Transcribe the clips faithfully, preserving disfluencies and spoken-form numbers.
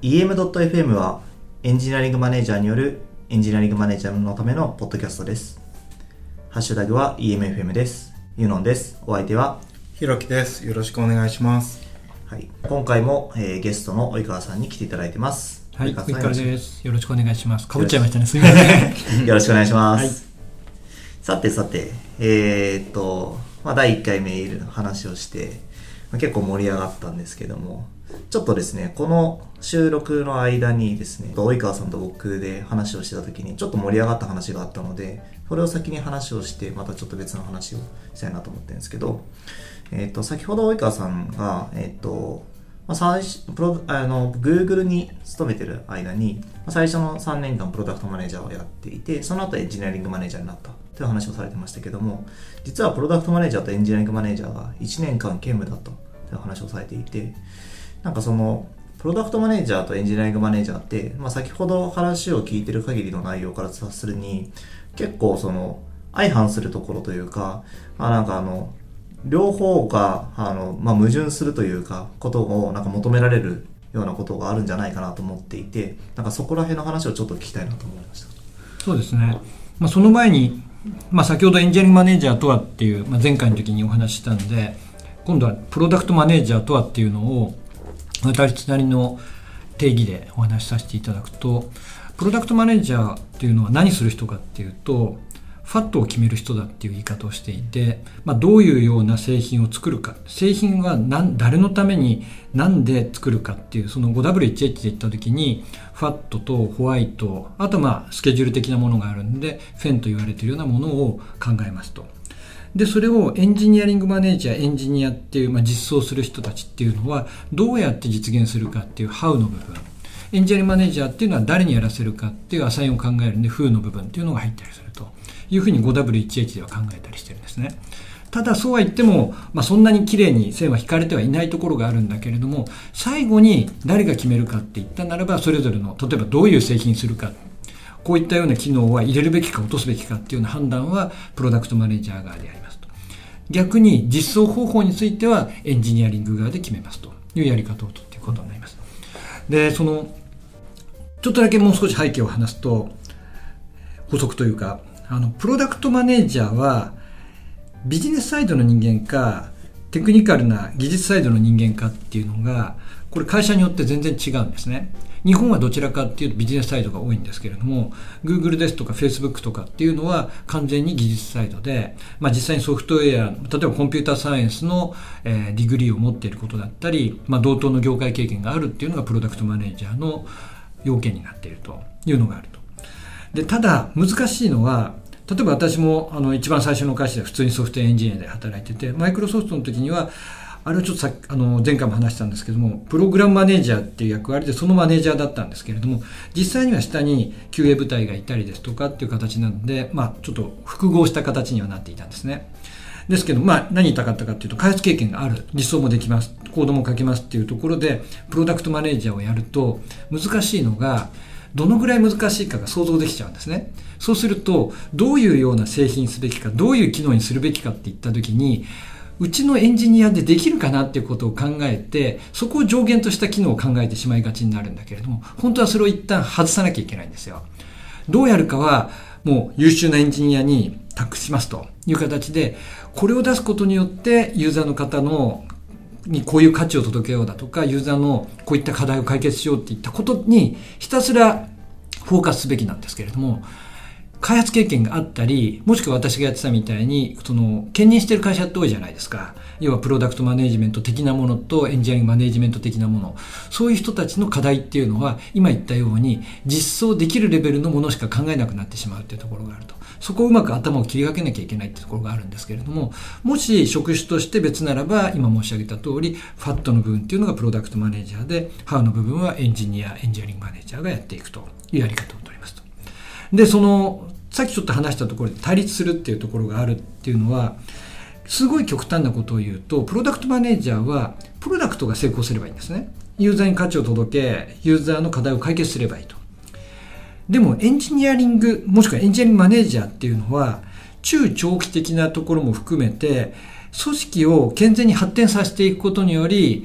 イーエムドットエフエム はエンジニアリングマネージャーによるエンジニアリングマネージャーのためのポッドキャストです。ハッシュタグは イーエムエフエム です。ユノンです。お相手はひろきです。よろしくお願いします。 はい、今回も、えー、ゲストの及川さんに来ていただいてます。 はい、及川です。よろしくお願いします。かぶっちゃいましたね。すみません。 よろしくお願いします。はい、さてさて、えー、っと、まあ、だいいっかいメールの話をして、まあ、結構盛り上がったんですけども、ちょっとですね、この収録の間にですね、及川さんと僕で話をしてた時にちょっと盛り上がった話があったので、それを先に話をしてまたちょっと別の話をしたいなと思ってるんですけど、えっと先ほど及川さんがえっとまあ、最初プロあの Google に勤めてる間に最初のさんねんかんプロダクトマネージャーをやっていて、その後エンジニアリングマネージャーになったという話をされてましたけども、実はプロダクトマネージャーとエンジニアリングマネージャーがいちねんかん兼務だったという話をされていて、なんかそのプロダクトマネージャーとエンジニアリングマネージャーって、まあ、先ほど話を聞いてる限りの内容から察するに結構その相反するところというか、まあ、なんかあの両方があの、まあ、矛盾するというかことをなんか求められるようなことがあるんじゃないかなと思っていて、なんかそこら辺の話をちょっと聞きたいなと思いました。 そうですね、まあ、その前に、まあ、先ほどエンジニアリングマネージャーとはっていう、まあ、前回の時にお話ししたんで、今度はプロダクトマネージャーとはっていうのを私なりの定義でお話しさせていただくと、プロダクトマネージャーっていうのは何する人かっていうと、ファットを決める人だっていう言い方をしていて、まあ、どういうような製品を作るか、製品は何誰のために何で作るかっていう、その ファイブダブリューワンエイチ で言った時にファットとホワイト、あとまあスケジュール的なものがあるんでフェンと言われているようなものを考えますと。でそれをエンジニアリングマネージャー、エンジニアっていう、まあ、実装する人たちっていうのはどうやって実現するかっていう How の部分、エンジニアリングマネージャーっていうのは誰にやらせるかっていうアサインを考えるんで Who の部分っていうのが入ったりするというふうに ファイブダブリューワンエイチ では考えたりしてるんですね。ただそうは言っても、まあ、そんなに綺麗に線は引かれてはいないところがあるんだけれども、最後に誰が決めるかって言ったならば、それぞれの例えばどういう製品するか、こういったような機能は入れるべきか落とすべきかっていうような判断はプロダクトマネージャー側でやりますと。逆に実装方法についてはエンジニアリング側で決めますというやり方をとっていくことになります。でそのちょっとだけもう少し背景を話すと、補足というか、あのプロダクトマネージャーはビジネスサイドの人間かテクニカルな技術サイドの人間かっていうのが、これ会社によって全然違うんですね。日本はどちらかっていうとビジネスサイドが多いんですけれども、 Google ですとか Facebook とかっていうのは完全に技術サイドで、まあ、実際にソフトウェア、例えばコンピューターサイエンスの、えー、ディグリーを持っていることだったり、まあ、同等の業界経験があるっていうのがプロダクトマネージャーの要件になっているというのがあると。でただ難しいのは、例えば私もあの一番最初の会社で普通にソフトウェアエンジニアで働いてて、マイクロソフトの時にはあれはちょっとさあの前回も話したんですけども、プログラムマネージャーっていう役割でそのマネージャーだったんですけれども、実際には下に キューエー 部隊がいたりですとかっていう形なので、まあちょっと複合した形にはなっていたんですね。ですけど、まあ何言いたかったかっていうと、開発経験がある、実装もできます、コードも書けますっていうところでプロダクトマネージャーをやると、難しいのがどのぐらい難しいかが想像できちゃうんですね。そうするとどういうような製品すべきか、どういう機能にするべきかっていった時に、うちのエンジニアでできるかなっていうことを考えて、そこを上限とした機能を考えてしまいがちになるんだけれども、本当はそれを一旦外さなきゃいけないんですよ。どうやるかはもう優秀なエンジニアに託しますという形で、これを出すことによってユーザーの方のにこういう価値を届けようだとか、ユーザーのこういった課題を解決しようっていったことにひたすらフォーカスすべきなんですけれども、開発経験があったり、もしくは私がやってたみたいにその兼任している会社って多いじゃないですか。要はプロダクトマネージメント的なものとエンジニアリングマネージメント的なもの、そういう人たちの課題っていうのは今言ったように実装できるレベルのものしか考えなくなってしまうっていうところがあると。そこをうまく頭を切り分けなきゃいけないってところがあるんですけれども、もし職種として別ならば今申し上げた通り ファット の部分っていうのがプロダクトマネージャーで、 ハウ の部分はエンジニアエンジニアリングマネージャーがやっていくというやり方を取りますと。でそのさっきちょっと話したところで対立するっていうところがあるっていうのは、すごい極端なことを言うと、プロダクトマネージャーはプロダクトが成功すればいいんですね。ユーザーに価値を届け、ユーザーの課題を解決すればいいと。でもエンジニアリングもしくはエンジニアリングマネージャーっていうのは中長期的なところも含めて組織を健全に発展させていくことにより、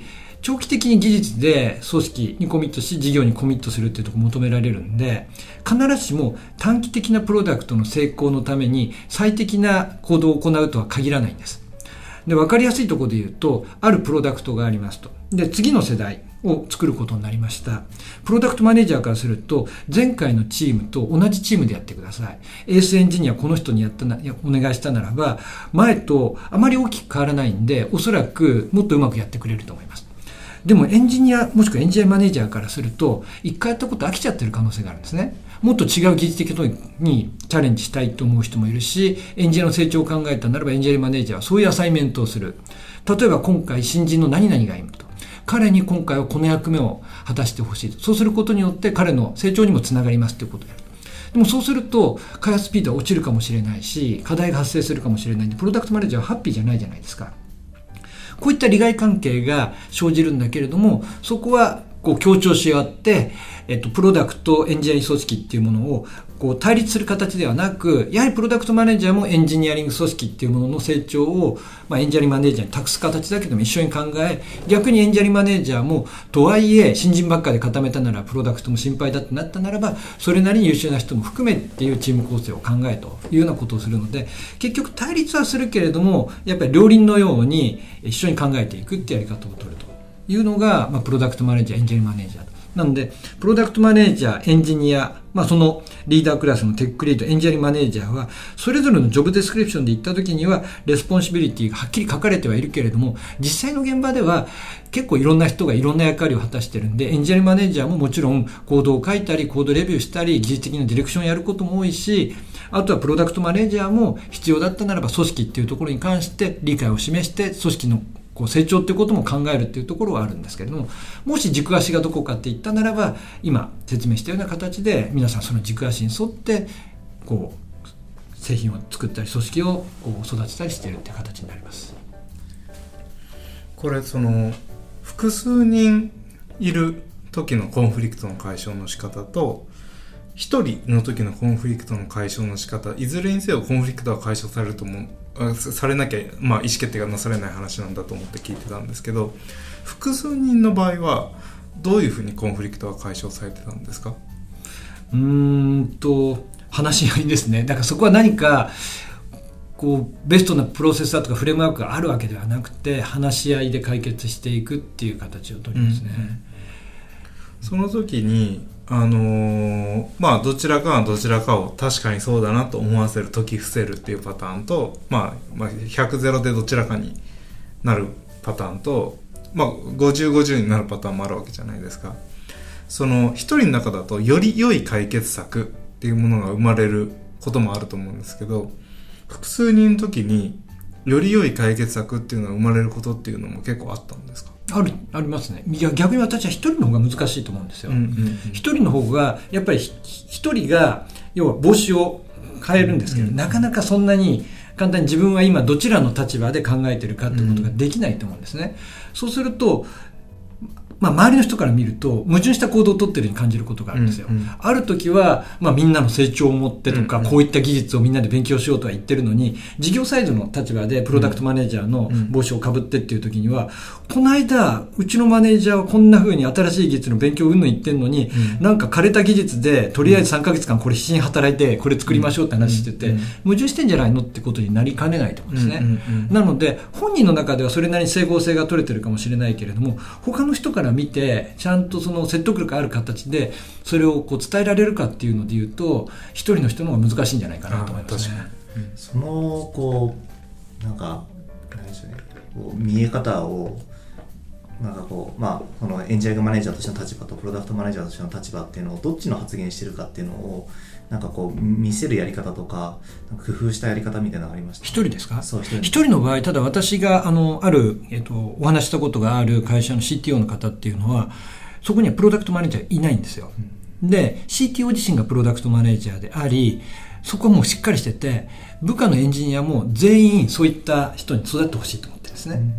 長期的に技術で組織にコミットし事業にコミットするっていうところを求められるんで、必ずしも短期的なプロダクトの成功のために最適な行動を行うとは限らないんです。で、分かりやすいところで言うと、あるプロダクトがありますと。で、次の世代を作ることになりました。プロダクトマネージャーからすると、前回のチームと同じチームでやってください。エースエンジニアこの人にやったな、お願いしたならば、前とあまり大きく変わらないんで、おそらくもっとうまくやってくれると思います。でもエンジニア、もしくはエンジニアマネージャーからすると、一回やったこと飽きちゃってる可能性があるんですね。もっと違う技術的なことにチャレンジしたいと思う人もいるし、エンジニアの成長を考えたならばエンジニアマネージャーはそういうアサイメントをする。例えば今回新人の何々がいると。彼に今回はこの役目を果たしてほしいと。そうすることによって彼の成長にもつながりますということをやる。でもそうすると開発スピードは落ちるかもしれないし、課題が発生するかもしれないんで、プロダクトマネージャーはハッピーじゃないじゃないですか。こういった利害関係が生じるんだけれども、そこはこう協調し合って、えっと、プロダクトエンジニアリング組織っていうものをこう対立する形ではなく、やはりプロダクトマネージャーもエンジニアリング組織っていうものの成長を、まあ、エンジニアリングマネージャーに託す形だけども一緒に考え、逆にエンジニアリングマネージャーもとはいえ新人ばっかで固めたならプロダクトも心配だってなったならば、それなりに優秀な人も含めっていうチーム構成を考えというようなことをするので、結局対立はするけれども、やっぱり両輪のように一緒に考えていくっていうやり方を取るというのが、まあ、プロダクトマネージャー、エンジニアリングマネージャーなので、プロダクトマネージャー、エンジニア、まあそのリーダークラスのテックリード、エンジニアリングマネージャーは、それぞれのジョブデスクリプションで言ったときには、レスポンシビリティがはっきり書かれてはいるけれども、実際の現場では結構いろんな人がいろんな役割を果たしてるんで、エンジニアリングマネージャーももちろんコードを書いたり、コードレビューしたり、技術的なディレクションをやることも多いし、あとはプロダクトマネージャーも必要だったならば組織っていうところに関して理解を示して、組織のこう成長ということも考えるっていうところはあるんですけれども、もし軸足がどこかって言ったならば、今説明したような形で皆さんその軸足に沿ってこう製品を作ったり組織をこう育てたりしているっていう形になります。 これその複数人いる時のコンフリクトの解消の仕方と一人の時のコンフリクトの解消の仕方、いずれにせよコンフリクトは解消されると思うされなきゃ、まあ、意思決定がなされない話なんだと思って聞いてたんですけど、複数人の場合はどういうふうにコンフリクトが解消されてたんですか？ うーんと話し合いですね。だからそこは何かこうベストなプロセスだとかフレームワークがあるわけではなくて、話し合いで解決していくっていう形を取りますね、うんうん、 その時にあのー、まあどちらかはどちらかを確かにそうだなと思わせる、解き伏せるっていうパターンと、まあ、まあひゃくゼロでどちらかになるパターンと、まあごじゅうごじゅうになるパターンもあるわけじゃないですか。その一人の中だとより良い解決策っていうものが生まれることもあると思うんですけど、複数人の時により良い解決策っていうのが生まれることっていうのも結構あったんですか？ ある、ありますね。いや、逆に私は一人の方が難しいと思うんですよ。一、うんうん、人の方がやっぱり一人が要は帽子を変えるんですけど、うん、なかなかそんなに簡単に自分は今どちらの立場で考えてるかってことができないと思うんですね、うん、そうするとまあ、周りの人から見ると矛盾した行動を取ってるように感じることがあるんですよ、うんうん、ある時は、まあ、みんなの成長を持ってとか、うんうん、こういった技術をみんなで勉強しようとは言ってるのに、事業サイドの立場でプロダクトマネージャーの帽子をかぶってっていう時には、うんうん、この間うちのマネージャーはこんな風に新しい技術の勉強をうんぬん言ってるのに、うん、なんか枯れた技術でとりあえずさんかげつかんこれ必死に働いてこれ作りましょうって話してて、うんうん、矛盾してんじゃないのってことになりかねないと思うんですね、うんうんうん、なので本人の中ではそれなりに整合性が取れてるかもしれないけれども、他の人から見てちゃんとその説得力ある形でそれをこう伝えられるかっていうので言うと、一人の人の方が難しいんじゃないかなと思いますね。 うん、そのこうなんか何でしょうね、こう見え方をなんかこう、まあ、このエンジニアリングマネージャーとしての立場とプロダクトマネージャーとしての立場っていうのをどっちの発言してるかっていうのをなんかこう見せるやり方とか、なんか工夫したやり方みたいなのがありました。 一人ですか？ そう、一人。 一人の場合、ただ私があのある、えっと、お話したことがある会社の シーティーオー の方っていうのは、そこにはプロダクトマネージャーいないんですよ、うん、で シーティーオー 自身がプロダクトマネージャーであり、そこはもうしっかりしてて、部下のエンジニアも全員そういった人に育ってほしいと思ってるんですね、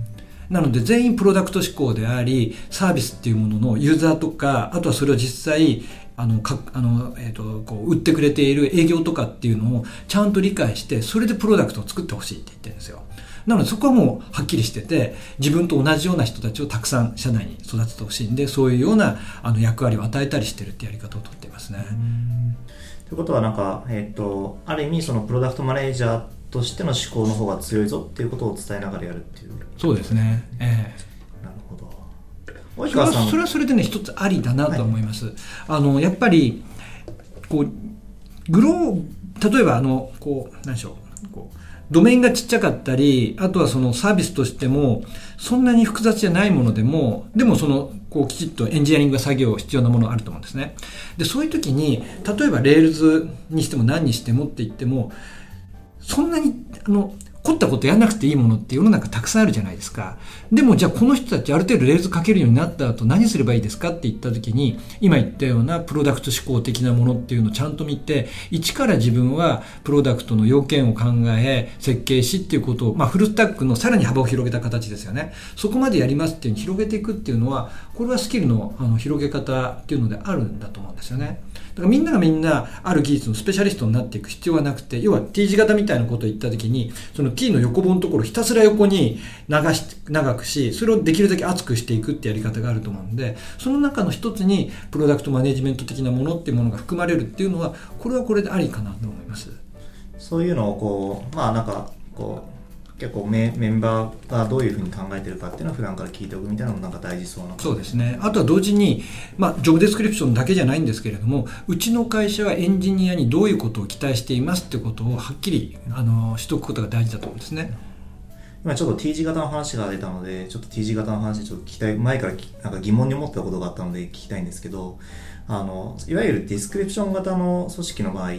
なので全員プロダクト思考であり、サービスっていうもののユーザーとか、あとはそれを実際あのかあの、えー、とこう売ってくれている営業とかっていうのをちゃんと理解して、それでプロダクトを作ってほしいって言ってるんですよ。なのでそこはもうはっきりしてて、自分と同じような人たちをたくさん社内に育ててほしいんで、そういうようなあの役割を与えたりしてるってやり方をとっていますね。 ということはなんか、えー、とある意味そのプロダクトマネージャーとしての思考の方が強いぞっていうことを伝えながらやるっていう。 そうですね、えー、なるほど。 それはそれはそれでね、一つありだなと思います。はい、あのやっぱりこうグロー例えばあのこう何でしょう、こうドメインがちっちゃかったり、あとはそのサービスとしてもそんなに複雑じゃないものでも、でもそのこうきちっとエンジニアリングが作業必要なものがあると思うんですね。でそういう時に例えば Rails にしても何にしてもって言っても、そんなにあの凝ったことやらなくていいものって世の中たくさんあるじゃないですか。でもじゃあこの人たちある程度レールズ書けるようになった後何すればいいですかって言った時に、今言ったようなプロダクト思考的なものっていうのをちゃんと見て、一から自分はプロダクトの要件を考え設計しっていうことを、まあ、フルスタックのさらに幅を広げた形ですよね。そこまでやりますっていうのを広げていくっていうのは、これはスキルの、あの広げ方っていうのであるんだと思うんですよね。だからみんながみんなある技術のスペシャリストになっていく必要はなくて、要は T 字型みたいなことを言った時に、その T の横棒のところをひたすら横に流し長くし、それをできるだけ厚くしていくってやり方があると思うんで、その中の一つにプロダクトマネジメント的なものっていうものが含まれるっていうのは、これはこれでありかなと思います。 そういうのをこうまあなんかこう結構 メ, メンバーがどういうふうに考えてるかっていうのは普段から聞いておくみたいなのもなんか大事そうな。 そうですね。あとは同時に、まあ、ジョブデスクリプションだけじゃないんですけれども、うちの会社はエンジニアにどういうことを期待していますってことをはっきりあのしておくことが大事だと思うんですね。 今ちょっと T 字型の話が出たので、ちょっと T 字型の話ちょっと聞きたい、前からなんか疑問に思ってたことがあったので聞きたいんですけど、あのいわゆるディスクリプション型の組織の場合って、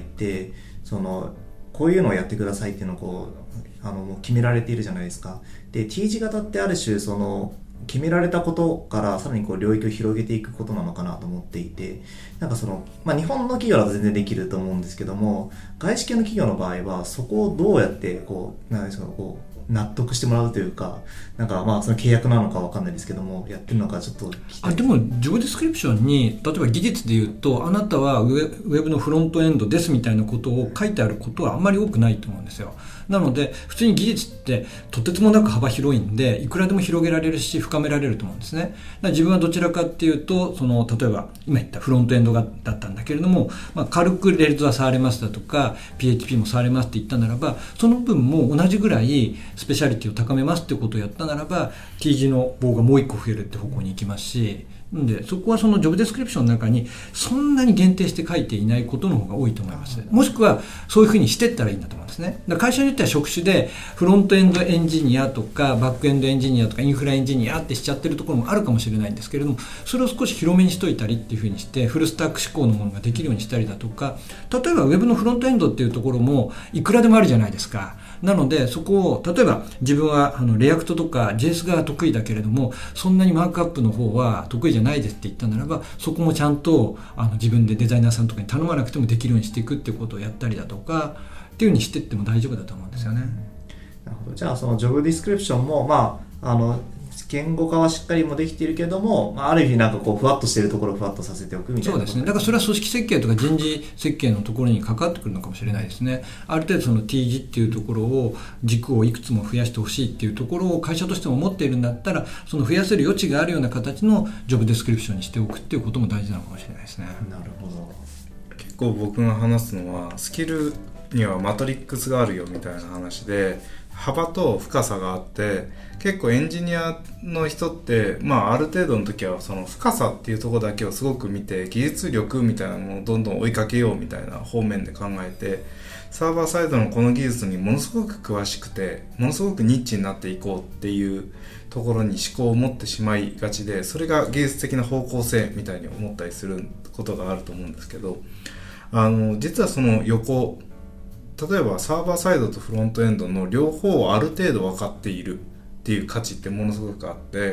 そのこういうのをやってくださいっていうのをこうあのもう決められているじゃないですか。で T 字型ってある種その決められたことからさらにこう領域を広げていくことなのかなと思っていて、なんかその、まあ、日本の企業だと全然できると思うんですけども、外資系の企業の場合はそこをどうやってこうなんですかこう納得してもらうというか、なんかまあその契約なのかわかんないですけども、やってるのかちょっと聞きたい。 あでもジョブディスクリプションに例えば技術で言うと、あなたはウェウェブのフロントエンドですみたいなことを書いてあることはあんまり多くないと思うんですよ。なので普通に技術ってとてつもなく幅広いんで、いくらでも広げられるし深められると思うんですね。だから自分はどちらかっていうと、その例えば今言ったフロントエンドがだったんだけれども、まあ、軽くレールズは触れますだとか ピーエイチピー も触れますって言ったならば、その分も同じぐらいスペシャリティを高めますってことをやったならば T 字の棒がもう一個増えるって方向に行きますし、なんでそこはそのジョブデスクリプションの中にそんなに限定して書いていないことの方が多いと思います。もしくはそういうふうにしていったらいいんだと思うんですね。だから会社によっては職種でフロントエンドエンジニアとかバックエンドエンジニアとかインフラエンジニアってしちゃってるところもあるかもしれないんですけれども、それを少し広めにしといたりっていうふうにしてフルスタック思考のものができるようにしたりだとか、例えばウェブのフロントエンドっていうところもいくらでもあるじゃないですか。なのでそこを例えば自分はあのレアクトとか ジェイエス が得意だけれども、そんなにマークアップの方は得意じゃないですって言ったならば、そこもちゃんとあの自分でデザイナーさんとかに頼まなくてもできるようにしていくっていうことをやったりだとかっていう風にしていっても大丈夫だと思うんですよね。 なるほど。じゃあそのジョブディスクリプションもまああの言語化はしっかりもできているけども、まあ、ある意味なんかこうふわっとしているところをふわっとさせておくみたいな。 そうですね。だからそれは組織設計とか人事設計のところに関わってくるのかもしれないですね。ある程度その T 字っていうところを軸をいくつも増やしてほしいっていうところを会社としても持っているんだったら、その増やせる余地があるような形のジョブデスクリプションにしておくっていうことも大事なのかもしれないですね。 なるほど。 結構僕が話すのはスキルにはマトリックスがあるよみたいな話で、幅と深さがあって、結構エンジニアの人って、まあ、ある程度の時はその深さっていうところだけをすごく見て、技術力みたいなものをどんどん追いかけようみたいな方面で考えて、サーバーサイドのこの技術にものすごく詳しくてものすごくニッチになっていこうっていうところに思考を持ってしまいがちで、それが技術的な方向性みたいに思ったりすることがあると思うんですけど、あの実はその横、例えばサーバーサイドとフロントエンドの両方をある程度分かっているっていう価値ってものすごくあって、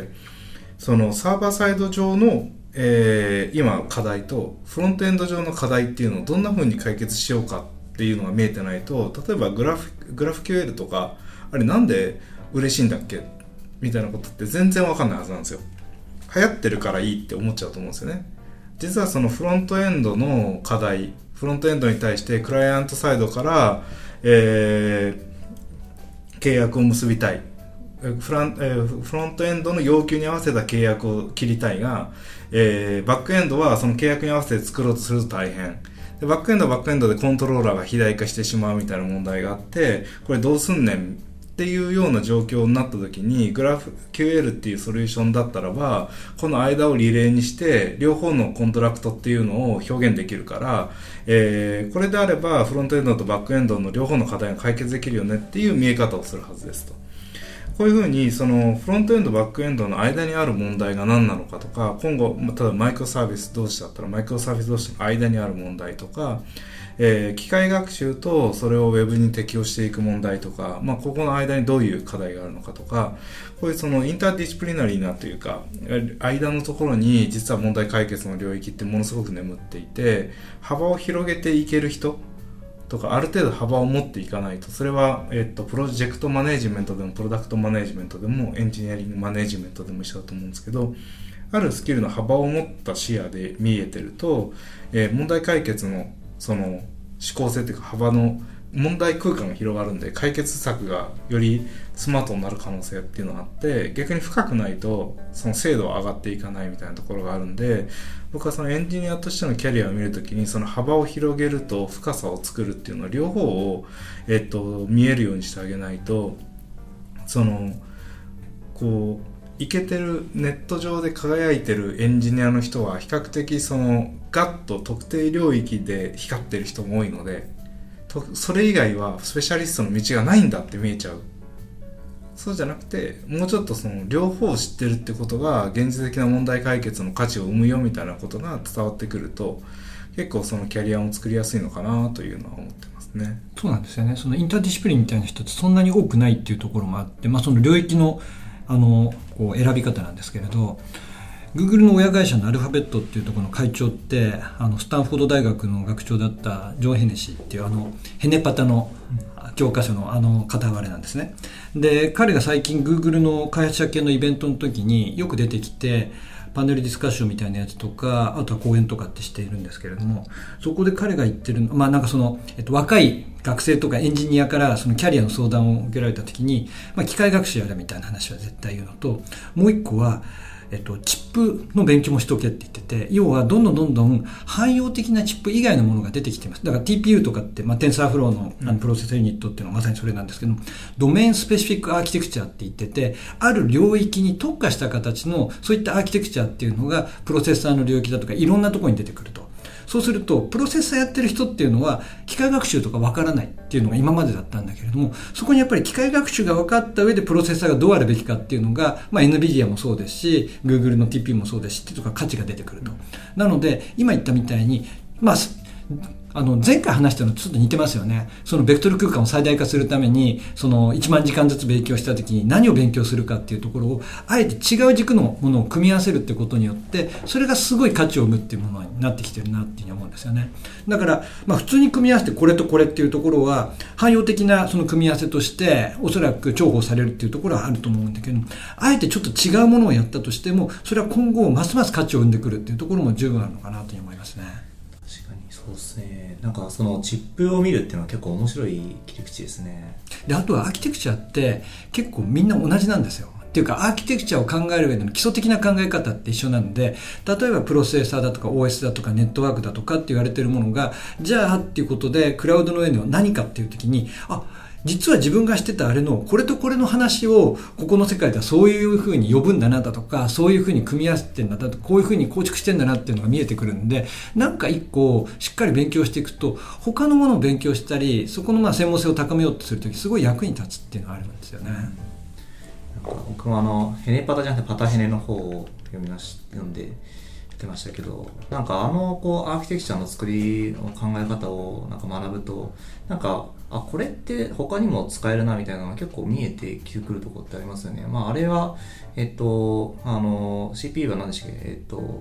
そのサーバーサイド上の、えー、今課題とフロントエンド上の課題っていうのをどんな風に解決しようかっていうのが見えてないと、例えばグラフグラフ キューエル とかあれなんで嬉しいんだっけみたいなことって全然わかんないはずなんですよ。流行ってるからいいって思っちゃうと思うんですよね。実はそのフロントエンドの課題、フロントエンドに対してクライアントサイドから、えー、契約を結びたい、フラン、えー、フロントエンドの要求に合わせた契約を切りたいが、えー、バックエンドはその契約に合わせて作ろうとすると大変で、バックエンドはバックエンドでコントローラーが肥大化してしまうみたいな問題があって、これどうすんねんっていうような状況になった時に、グラフ キューエル っていうソリューションだったらば、この間をリレーにして両方のコントラクトっていうのを表現できるから、えー、これであればフロントエンドとバックエンドの両方の課題が解決できるよねっていう見え方をするはずですと。こういうふうにそのフロントエンドバックエンドの間にある問題が何なのかとか、今後例えばマイクロサービス同士だったらマイクロサービス同士の間にある問題とか、えー、機械学習とそれをウェブに適用していく問題とか、まあ、ここの間にどういう課題があるのかとか、こういうそのインターディシプリナリーなというか間のところに実は問題解決の領域ってものすごく眠っていて、幅を広げていける人とかある程度幅を持っていかないと、それは、えっと、プロジェクトマネジメントでもプロダクトマネジメントでもエンジニアリングマネジメントでも一緒だと思うんですけど、あるスキルの幅を持った視野で見えてると、えー、問題解決のその思考性というか幅の問題空間が広がるんで、解決策がよりスマートになる可能性っていうのがあって、逆に深くないとその精度は上がっていかないみたいなところがあるんで、僕はそのエンジニアとしてのキャリアを見るときに、その幅を広げると深さを作るっていうのは両方を、えっと、見えるようにしてあげないと、そのこうイケてるネット上で輝いてるエンジニアの人は比較的そのガッと特定領域で光ってる人も多いので、それ以外はスペシャリストの道がないんだって見えちゃう。そうじゃなくて、もうちょっとその両方知ってるってことが現実的な問題解決の価値を生むよみたいなことが伝わってくると、結構そのキャリアを作りやすいのかなというのは思ってますね。 そうなんですよね。そのインターディシプリンみたいな人ってそんなに多くないっていうところもあって、まあ、その領域のあのこう選び方なんですけれど、Google の親会社のアルファベットっていうところの会長って、あのスタンフォード大学の学長だったジョン・ヘネシーっていうあのヘネパタの教科書のあの片割れなんですね。で、彼が最近 Google の開発者系のイベントの時によく出てきて、パネルディスカッションみたいなやつとか、あとは講演とかってしているんですけれども、そこで彼が言ってるの、まあなんかその、えっと、若い学生とかエンジニアからそのキャリアの相談を受けられた時に、まあ機械学習やれみたいな話は絶対言うのと、もう一個は、えっと、チップの勉強もしとけって言ってて、要はどんどんどんどん汎用的なチップ以外のものが出てきています。だから ティーピーユー とかって、まあ、テンサーフローの、あのプロセッサーユニットっていうのはまさにそれなんですけど、ドメインスペシフィックアーキテクチャって言ってて、ある領域に特化した形のそういったアーキテクチャっていうのがプロセッサーの領域だとかいろんなところに出てくると。そうするとプロセッサーやってる人っていうのは機械学習とかわからないっていうのが今までだったんだけれども、そこにやっぱり機械学習が分かった上でプロセッサーがどうあるべきかっていうのが、まあ、エヌビディア もそうですし Google の ティーピーユー もそうですしっていうとか価値が出てくると。なので今言ったみたいに、まああの前回話したのとちょっと似てますよね。そのベクトル空間を最大化するためにそのいちまんじかんずつ勉強した時に何を勉強するかっていうところをあえて違う軸のものを組み合わせるってことによって、それがすごい価値を生むっていうものになってきてるなっていうふうに思うんですよね。だから、まあ、普通に組み合わせてこれとこれっていうところは汎用的なその組み合わせとしておそらく重宝されるっていうところはあると思うんだけど、あえてちょっと違うものをやったとしてもそれは今後ますます価値を生んでくるっていうところも十分あるのかなと思いますね。 確かにそうですね。なんかそのチップを見るっていうのは結構面白い切り口ですね。 で、あとはアーキテクチャって結構みんな同じなんですよ。っていうかアーキテクチャを考える上での基礎的な考え方って一緒なので、例えばプロセッサーだとか オーエス だとかネットワークだとかって言われてるものが、じゃあっていうことでクラウドの上の何かっていう時に、あ、実は自分がしてたあれのこれとこれの話をここの世界ではそういう風に呼ぶんだなだとか、そういう風に組み合わせてんだとか、こういう風に構築してんだなっていうのが見えてくるんで、なんか一個しっかり勉強していくと他のものを勉強したり、そこのまあ専門性を高めようとするときすごい役に立つっていうのがあるんですよね。 なんか僕もあのヘネパタじゃなくてパタヘネの方を読みまし読んでってましたけど、なんかあのこうアーキテクチャの作りの考え方をなんか学ぶと、なんかあこれって他にも使えるなみたいなのが結構見えてくるところってありますよね。まああれはえっとあの シーピーユー は何でしたっけ、えっと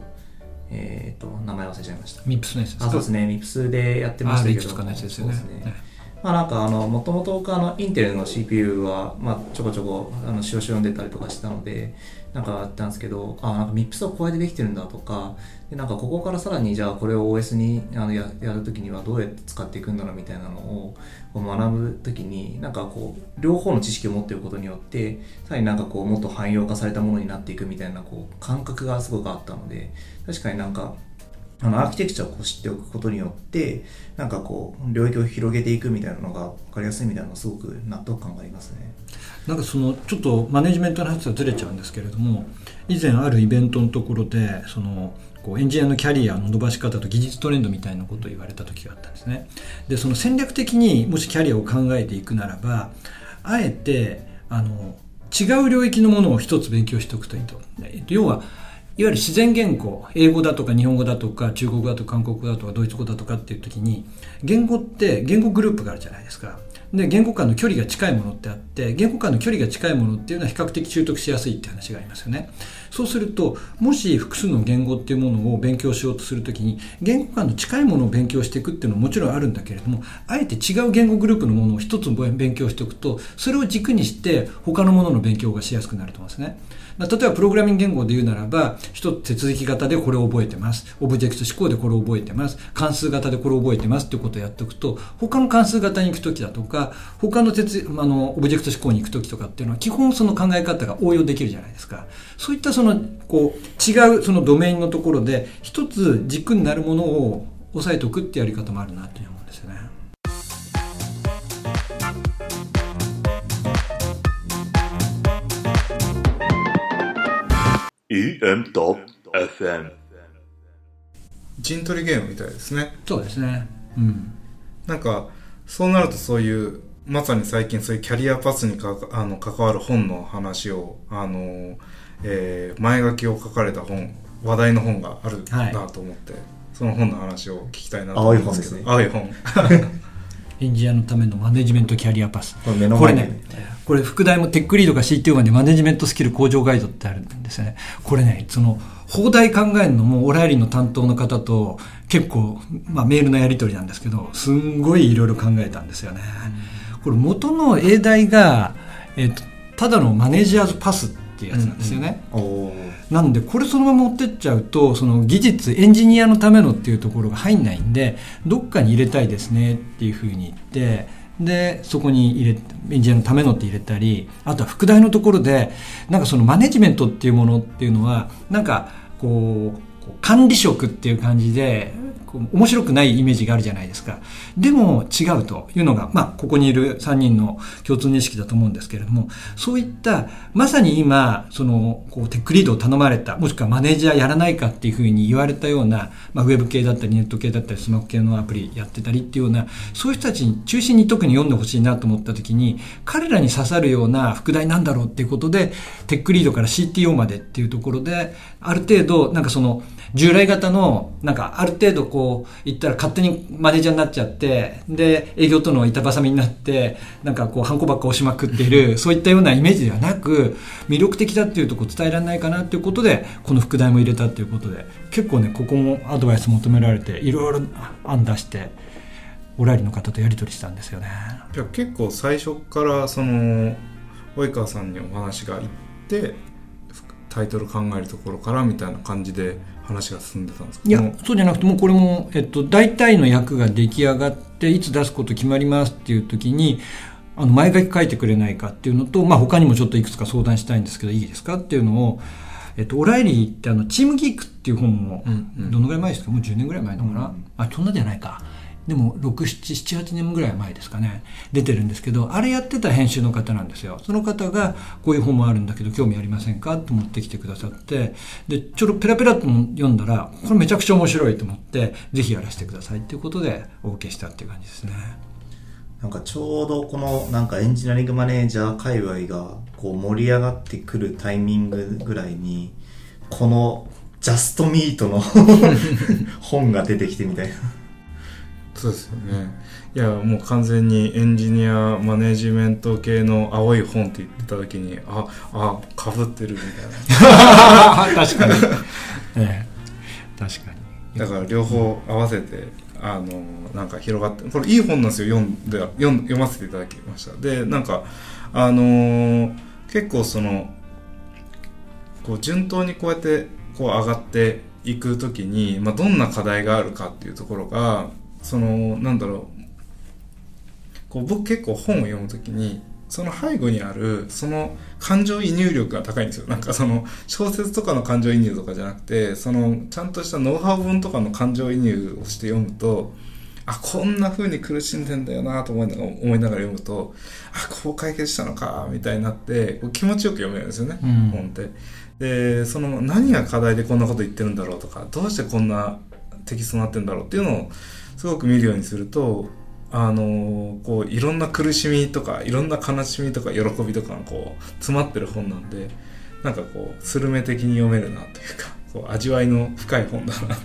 えっと名前忘れちゃいました。 ミップスのやつですか。 あ、そうですね、ミップスでやってましたけど、 アールエイチとかのやつですよね。 そうですね。 まあなんかあの、もともと僕あの、インテルの シーピーユー は、まあちょこちょこ、あの、使用書読んでたりとかしたので、なんかあったんですけど、あ、なんか ミップス はこうやってできてるんだとか、でなんかここからさらにじゃあこれを オーエス にあの や, やるときにはどうやって使っていくんだろうみたいなのをこう学ぶときに、なんかこう、両方の知識を持っていることによって、さらになんかこう、もっと汎用化されたものになっていくみたいなこう感覚がすごくあったので、確かになんか、あのアーキテクチャをこう知っておくことによってなんかこう領域を広げていくみたいなのが分かりやすいみたいなのがすごく納得感がありますね。 なんかそのちょっとマネジメントの話がずれちゃうんですけれども、以前あるイベントのところでそのこうエンジニアのキャリアの伸ばし方と技術トレンドみたいなことを言われた時があったんですね。でその戦略的にもしキャリアを考えていくならば、あえてあの違う領域のものを一つ勉強しておくといいと。要はいわゆる自然言語、英語だとか日本語だとか中国語だとか韓国語だとかドイツ語だとかっていう時に、言語って言語グループがあるじゃないですか。で言語間の距離が近いものってあって、言語間の距離が近いものっていうのは比較的習得しやすいって話がありますよね。そうすると、もし複数の言語っていうものを勉強しようとするときに、言語間の近いものを勉強していくっていうのはもちろんあるんだけれども、あえて違う言語グループのものを一つ勉強しておくと、それを軸にして他のものの勉強がしやすくなると思いますね。例えばプログラミング言語で言うならば、一つ手続き型でこれを覚えてます、オブジェクト指向でこれを覚えてます、関数型でこれを覚えてますっていうことをやっておくと、他の関数型に行くときだとか、他の鉄あのオブジェクト指向に行くときとかっていうのは基本その考え方が応用できるじゃないですか。そういったそのこう違うそのドメインのところで一つ軸になるものを押さえておくってやり方もあるなという思うんですよね。 イーエム ドット エフエム陣取りゲームみたいですね。 そうですね、うん、 なんかそうなるとそういうまさに最近そういうキャリアパスにかあの関わる本の話をあの、えー、前書きを書かれた本、話題の本があるなと思って、はい、その本の話を聞きたいなと思いますけど。青い本ですね。青い本エンジニアのためのマネジメントキャリアパス。 これ目の前にこれね、これ副題もテックリードか シーティーオー までマネジメントスキル向上ガイドってあるんですね。これね、その放題考えるのもオライリーの担当の方と結構、まあ、メールのやり取りなんですけど、すんごいいろいろ考えたんですよね。これ元の英題が、えーと、ただのマネージャーズパスっていうやつなんですよね、うんうん、なんでこれそのまま持ってっちゃうと、その技術エンジニアのためのっていうところが入んないんで、どっかに入れたいですねっていうふうに言って、でそこに入れエンジニアのためのって入れたり、あとは副題のところでなんかそのマネジメントっていうものっていうのはなんかこう管理職っていう感じで面白くないイメージがあるじゃないですか。でも違うというのが、まあ、ここにいるさんにんの共通認識だと思うんですけれども、そういったまさに今そのこうテックリードを頼まれた、もしくはマネージャーやらないかっていうふうに言われたような、まあ、ウェブ系だったりネット系だったりスマホ系のアプリやってたりっていうような、そういう人たちに中心に特に読んでほしいなと思った時に、彼らに刺さるような副題なんだろうっていうことで、テックリードから シーティーオー までっていうところで、ある程度なんかその従来型のなんかある程度こう言ったら勝手にマネージャーになっちゃって、で営業との板挟みになってなんかこうハンコばっか押しまくっているそういったようなイメージではなく、魅力的だっていうところを伝えられないかなっていうことでこの副題も入れたっていうことで、結構ねここもアドバイス求められていろいろ案出してオライリーの方とやり取りしたんですよね。 じゃあ結構最初からその及川さんにお話がいってタイトル考えるところからみたいな感じで話が進んでたんですか？ いや、そうじゃなくてもうこれも、えっと、大体の役が出来上がっていつ出すこと決まりますっていう時にあの前書き書いてくれないかっていうのと、まあ、他にもちょっといくつか相談したいんですけどいいですかっていうのを、えっと、オライリーってあのチームギークっていう本もどのぐらい前ですか？もうじゅうねんぐらい前のかな、うん、あそんなじゃないか、でもろく、なな、はちねんぐらい前ですかね、出てるんですけど、あれやってた編集の方なんですよ。その方がこういう本もあるんだけど興味ありませんかと持ってきてくださって、でちょっとペラペラと読んだらこれめちゃくちゃ面白いと思って、ぜひやらせてくださいっていうことでお受けしたっていう感じですね。 なんかちょうどこのなんかエンジニアリングマネージャー界隈がこう盛り上がってくるタイミングぐらいにこのジャストミートの本が出てきてみたいな。 そうですよね。いやもう完全にエンジニアマネジメント系の青い本って言ってた時にああ被ってるみたいな。 確かに、ええ、確かに。 だから両方合わせてあのなんか広がって、これいい本なんですよ。読んで読ん読ませていただきました。でなんかあのー、結構そのこう順当にこうやってこう上がっていくときに、まあ、どんな課題があるかっていうところが、そのなんだろう、こう僕結構本を読むときにその背後にあるその感情移入力が高いんですよ。なんかその小説とかの感情移入とかじゃなくて、そのちゃんとしたノウハウ本とかの感情移入をして読むと、あ、こんな風に苦しんでんだよなと思いながら、思いながら読むと、あ、こう解決したのかみたいになって気持ちよく読めるんですよね、うん、本って。でその何が課題でこんなこと言ってるんだろうとか、どうしてこんなテキストになってるんだろうっていうのをすごく見るようにすると、あのこういろんな苦しみとかいろんな悲しみとか喜びとかがこう詰まってる本なんで、なんかこうスルメ的に読めるなというか、こう味わいの深い本だなと。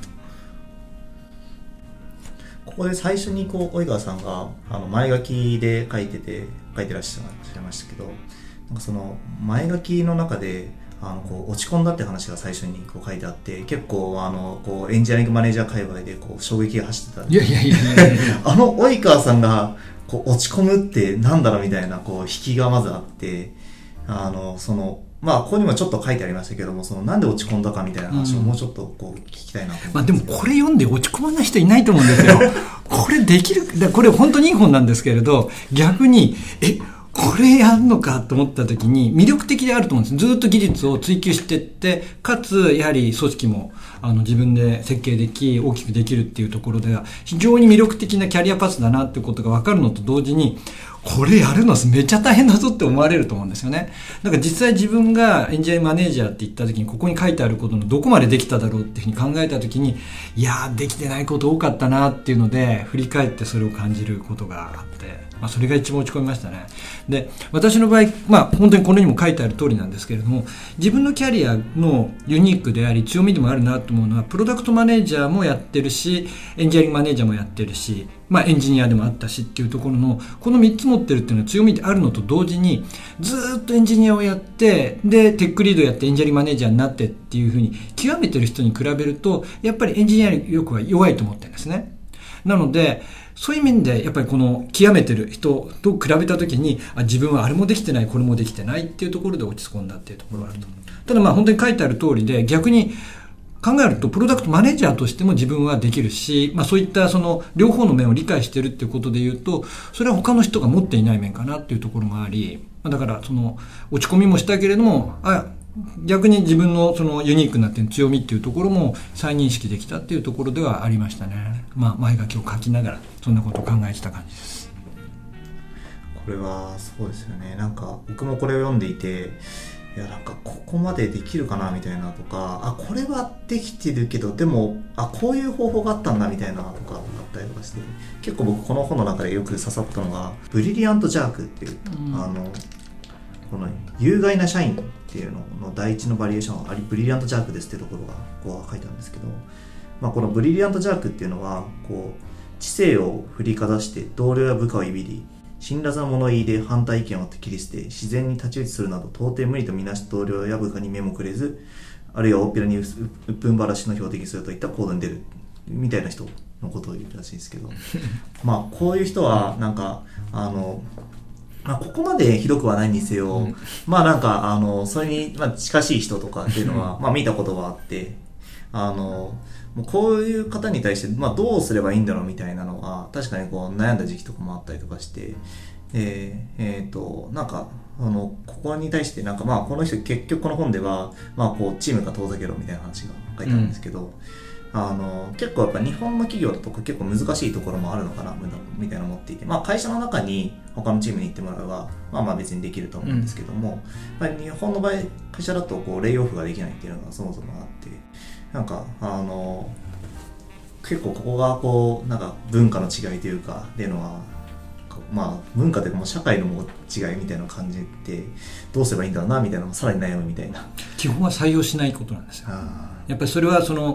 ここで最初にこう及川さんがあの前書きで書いてて書いてらっしゃいましたけど、なんかその前書きの中であのこう落ち込んだって話が最初にこう書いてあって、結構あのこうエンジニアリングマネージャー界隈でこう衝撃が走ってたんで、 いやいやいやいやいやあの及川さんがこう落ち込むってなんだろうみたいなこう引きがまずあって、あのそのまあここにもちょっと書いてありましたけども、そのなんで落ち込んだかみたいな話をもうちょっとこう聞きたいなと思って、 まあ、でもこれ読んで落ち込まない人いないと思うんですよこれできる、これ本当にいい本なんですけれど、逆にえこれやるのかと思った時に魅力的であると思うんです。ずっと技術を追求していって、かつやはり組織もあの自分で設計でき大きくできるっていうところでは非常に魅力的なキャリアパスだなっていうことが分かるのと同時に、これやるのめっちゃ大変だぞって思われると思うんですよね。だから実際自分がエンジニアマネージャーって言った時に、ここに書いてあることのどこまでできただろうっていうふうに考えた時に、いやーできてないこと多かったなっていうので振り返ってそれを感じることがあって、まあ、それが一番落ち込みましたね。で、私の場合、まあ本当にこれにも書いてある通りなんですけれども、自分のキャリアのユニークであり強みでもあるなと思うのは、プロダクトマネージャーもやってるし、エンジニアリングマネージャーもやってるし、まあエンジニアでもあったしっていうところのこのみっつ持ってるっていうのは強みであるのと同時に、ずっとエンジニアをやってでテックリードやってエンジニアリングマネージャーになってっていうふうに極めてる人に比べると、やっぱりエンジニア力は弱いと思ってるんですね。なのでそういう面でやっぱりこの極めてる人と比べたときに、あ、自分はあれもできてないこれもできてないっていうところで落ち込んだっていうところがあると。ただまあ本当に書いてある通りで、逆に考えるとプロダクトマネージャーとしても自分はできるし、まあ、そういったその両方の面を理解しているっていうことで言うと、それは他の人が持っていない面かなっていうところがあり、だからその落ち込みもしたけれども、あ、逆に自分のそのユニークな点、強みっていうところも再認識できたっていうところではありましたね。まあ前書きを書きながらそんなことを考えてた感じです。 これはそうですよね。なんか僕もこれを読んでいて、いやなんかここまでできるかなみたいなとか、あ、これはできてるけどでもあこういう方法があったんだみたいなとかあったりとかして、結構僕この本の中でよく刺さったのがブリリアントジャークっていう、うん、あのこの有害な社員っていうのの第一のバリエーションはブリリアントジャークですっていうところがこう書いてあるんですけど、まあ、このブリリアントジャークっていうのはこう知性を振りかざして同僚や部下をいびり、辛辣な物言いで反対意見を切り捨て、自然に太刀打ちするなど到底無理とみなし同僚や部下に目もくれず、あるいは大っぴらにうっぷんばらしの標的するといった行動に出るみたいな人のことを言うらしいですけどまあこういう人はなんかあの、まあ、ここまでひどくはないにせよ、うん、まあなんかあのそれに、まあ、近しい人とかっていうのはまあ見たことがあって、あのもうこういう方に対して、まあ、どうすればいいんだろうみたいなのは確かにこう悩んだ時期とかもあったりとかして、でえー、となんかあのここに対してなんか、まあ、この人結局この本では、まあ、こうチームが遠ざけろみたいな話が書いてあるんですけど、うん、あの結構やっぱ日本の企業だと結構難しいところもあるのかなみたいな思っていて、まあ、会社の中に他のチームに行ってもらえば、まあ、まあ別にできると思うんですけども、うん、日本の場合会社だとこうレイオフができないっていうのがそもそもあって、なんかあの結構ここがこうなんか文化の違いというかっていうのは、まあ文化というかもう社会のも違いみたいな感じでどうすればいいんだろうなみたいなのをさらに悩むみたいな。 基本は採用しないことなんですよ。やっぱりそれはその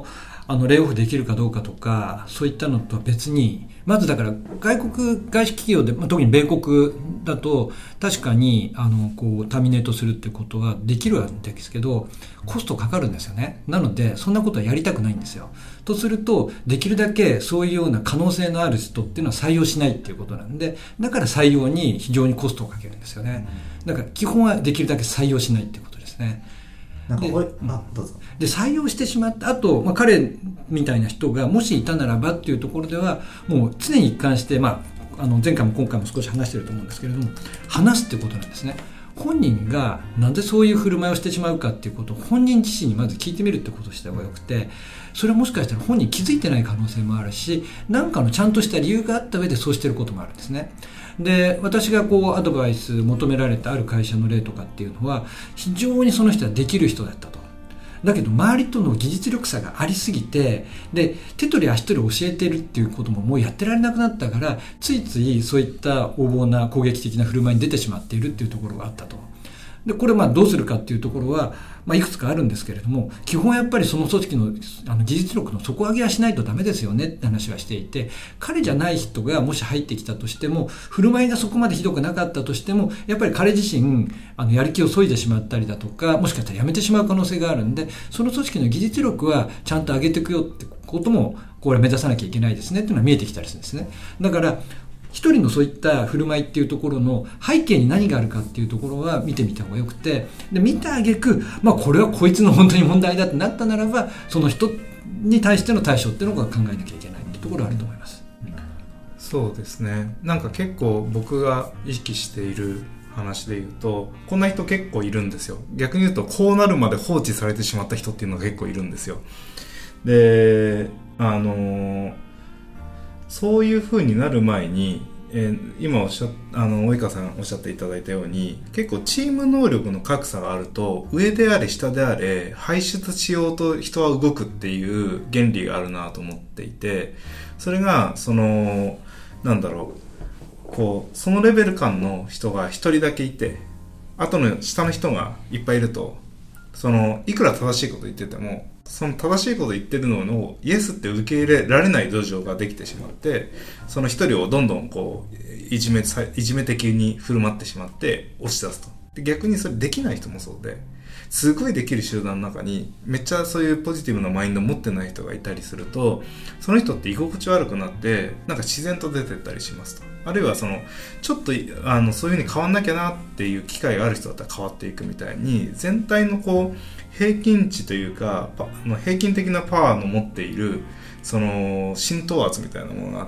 あのレイオフできるかどうかとかそういったのとは別に、まずだから外国外資企業で、まあ、特に米国だと確かにあのこうターミネートするってことはできるんですけど、コストかかるんですよね。なのでそんなことはやりたくないんですよ。とするとできるだけそういうような可能性のある人っていうのは採用しないっていうことなんで、だから採用に非常にコストをかけるんですよね。だから基本はできるだけ採用しないっていうことですね。 なんかでこれあどうぞ。 で採用してしまった後、まあ、彼みたいな人がもしいたならばっていうところではもう常に一貫して、まあ、あの前回も今回も少し話してると思うんですけれども、話すってことなんですね。本人がなぜそういう振る舞いをしてしまうかっていうことを本人自身にまず聞いてみるってことをした方がよくて、それはもしかしたら本人気づいてない可能性もあるし、何かのちゃんとした理由があった上でそうしてることもあるんですね。で、私がこうアドバイス求められたある会社の例とかっていうのは、非常にその人はできる人だったと。だけど周りとの技術力差がありすぎて、で手取り足取り教えてるっていうことももうやってられなくなったから、ついついそういった横暴な攻撃的な振る舞いに出てしまっているっていうところがあったと。でこれまあどうするかっていうところは、まあ、いくつかあるんですけれども、基本やっぱりその組織の、あの技術力の底上げはしないとダメですよねって話はしていて、彼じゃない人がもし入ってきたとしても、振る舞いがそこまでひどくなかったとしても、やっぱり彼自身あのやる気を削いでしまったりだとか、もしかしたら辞めてしまう可能性があるんで、その組織の技術力はちゃんと上げていくよってこともこれ目指さなきゃいけないですねっていうのは見えてきたりするんですね。だから一人のそういった振る舞いっていうところの背景に何があるかっていうところは見てみた方がよくて、で見た挙句、まあこれはこいつの本当に問題だってなったならば、その人に対しての対処っていうのが考えなきゃいけないっていうところがあると思います。 そうですね。なんか結構僕が意識している話で言うと、こんな人結構いるんですよ。逆に言うとこうなるまで放置されてしまった人っていうのが結構いるんですよ。で、あのーそういう風になる前に、えー、今おっしゃあの及川さんおっしゃっていただいたように、結構チーム能力の格差があると、上であれ下であれ排出しようと人は動くっていう原理があるなと思っていて、それがそのなんだろう、こうそのレベル感の人が一人だけいて、後の下の人がいっぱいいると、そのいくら正しいこと言ってても、その正しいこと言ってるのをイエスって受け入れられない土壌ができてしまって、その一人をどんどんこういじめいじめ的に振る舞ってしまって押し出すと。で逆にそれできない人もそうで、すごいできる集団の中にめっちゃそういうポジティブなマインドを持ってない人がいたりすると、その人って居心地悪くなってなんか自然と出てったりしますと。あるいはそのちょっとあのそういう風に変わんなきゃなっていう機会がある人だったら変わっていくみたいに、全体のこう平均値というか平均的なパワーの持っているその浸透圧みたいなものがあって、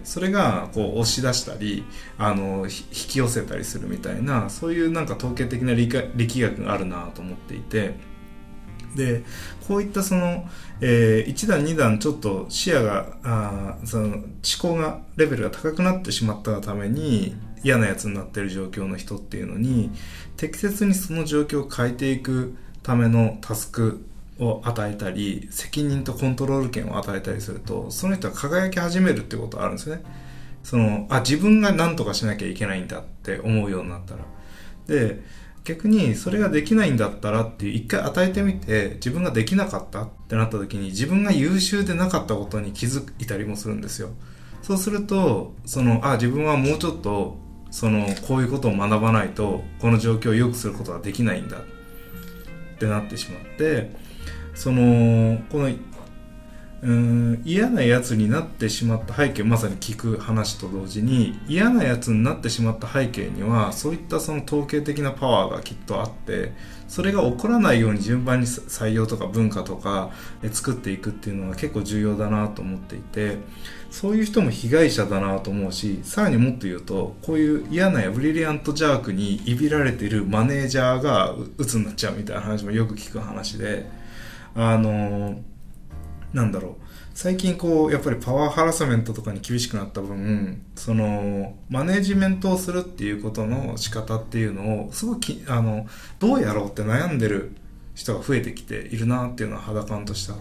それがこう押し出したりあの引き寄せたりするみたいな、そういうなんか統計的な力学があるなと思っていて、でこういったその、えー、いち段に段ちょっと視野があその思考がレベルが高くなってしまったがために嫌なやつになっている状況の人っていうのに、適切にその状況を変えていくためのタスクを与えたり、責任とコントロール権を与えたりすると、その人は輝き始めるってことがあるんですね。そのあ自分が何とかしなきゃいけないんだって思うようになったら。で逆にそれができないんだったらっていう一回与えてみて、自分ができなかったってなった時に自分が優秀でなかったことに気づいたりもするんですよ。そうするとそのあ自分はもうちょっとそのこういうことを学ばないとこの状況を良くすることができないんだってなってしまって、そのこのうーん嫌なやつになってしまった背景、まさに聞く話と同時に嫌なやつになってしまった背景にはそういったその統計的なパワーがきっとあって、それが起こらないように順番に採用とか文化とか作っていくっていうのが結構重要だなと思っていて、そういう人も被害者だなと思うし、さらにもっと言うとこういう嫌なやブリリアントジャークにいびられているマネージャーが鬱になっちゃうみたいな話もよく聞く話で、あのなんだろう、最近こうやっぱりパワーハラスメントとかに厳しくなった分、そのマネジメントをするっていうことの仕方っていうのをすごくきあのどうやろうって悩んでる人が増えてきているなっていうのは肌感としてあって、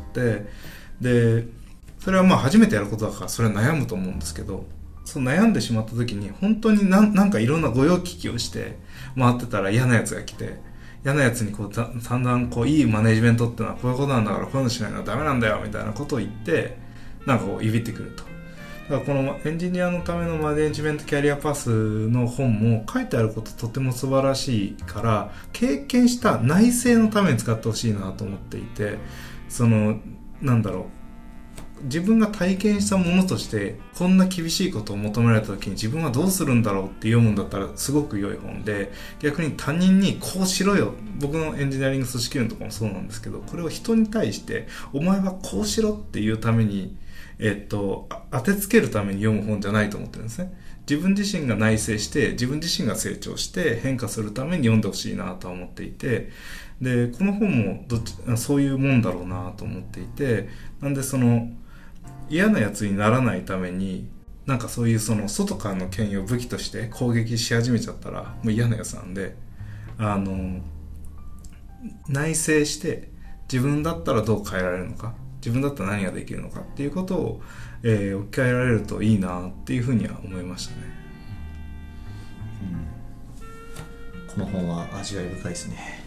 でそれはまあ初めてやることだからそれは悩むと思うんですけど、その悩んでしまった時に本当にな ん, なんかいろんな御用聞きをして回ってたら嫌なやつが来て、 嫌なやつにこうだんだんこういいマネジメントってのはこういうことなんだからこういうのしないのはダメなんだよみたいなことを言ってなんかこういびってくると。だからこのエンジニアのためのマネジメントキャリアパスの本も書いてあることとても素晴らしいから経験した内政のために使ってほしいなと思っていて、そのなんだろう自分が体験したものとしてこんな厳しいことを求められた時に自分はどうするんだろうって読むんだったらすごく良い本で、逆に他人にこうしろよ、僕のエンジニアリング組織論とかもそうなんですけど、これを人に対してお前はこうしろっていうためにえっと当てつけるために読む本じゃないと思ってるんですね。自分自身が内省して自分自身が成長して変化するために読んでほしいなとは思っていて、でこの本もどっちそういうもんだろうなと思っていて、なんでその嫌なやつにならないためになんかそういうその外からの権威を武器として攻撃し始めちゃったらもう嫌なやつなんで、あの内省して自分だったらどう変えられるのか、自分だったら何ができるのかっていうことを、えー、置き換えられるといいなっていうふうには思いましたね、 うん、この本は味わい深いですね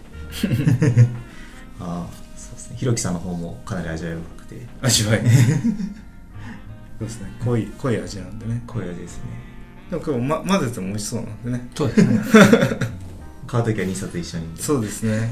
ああそうですね、ひろきさんの方もかなり味わい深くて味わいそうですね、濃い濃い味なんでね。 濃い味ですね。 でも今日、ま、混ぜても美味しそうなんでね。 そうですね買うときはにさつ一緒に。 そうですね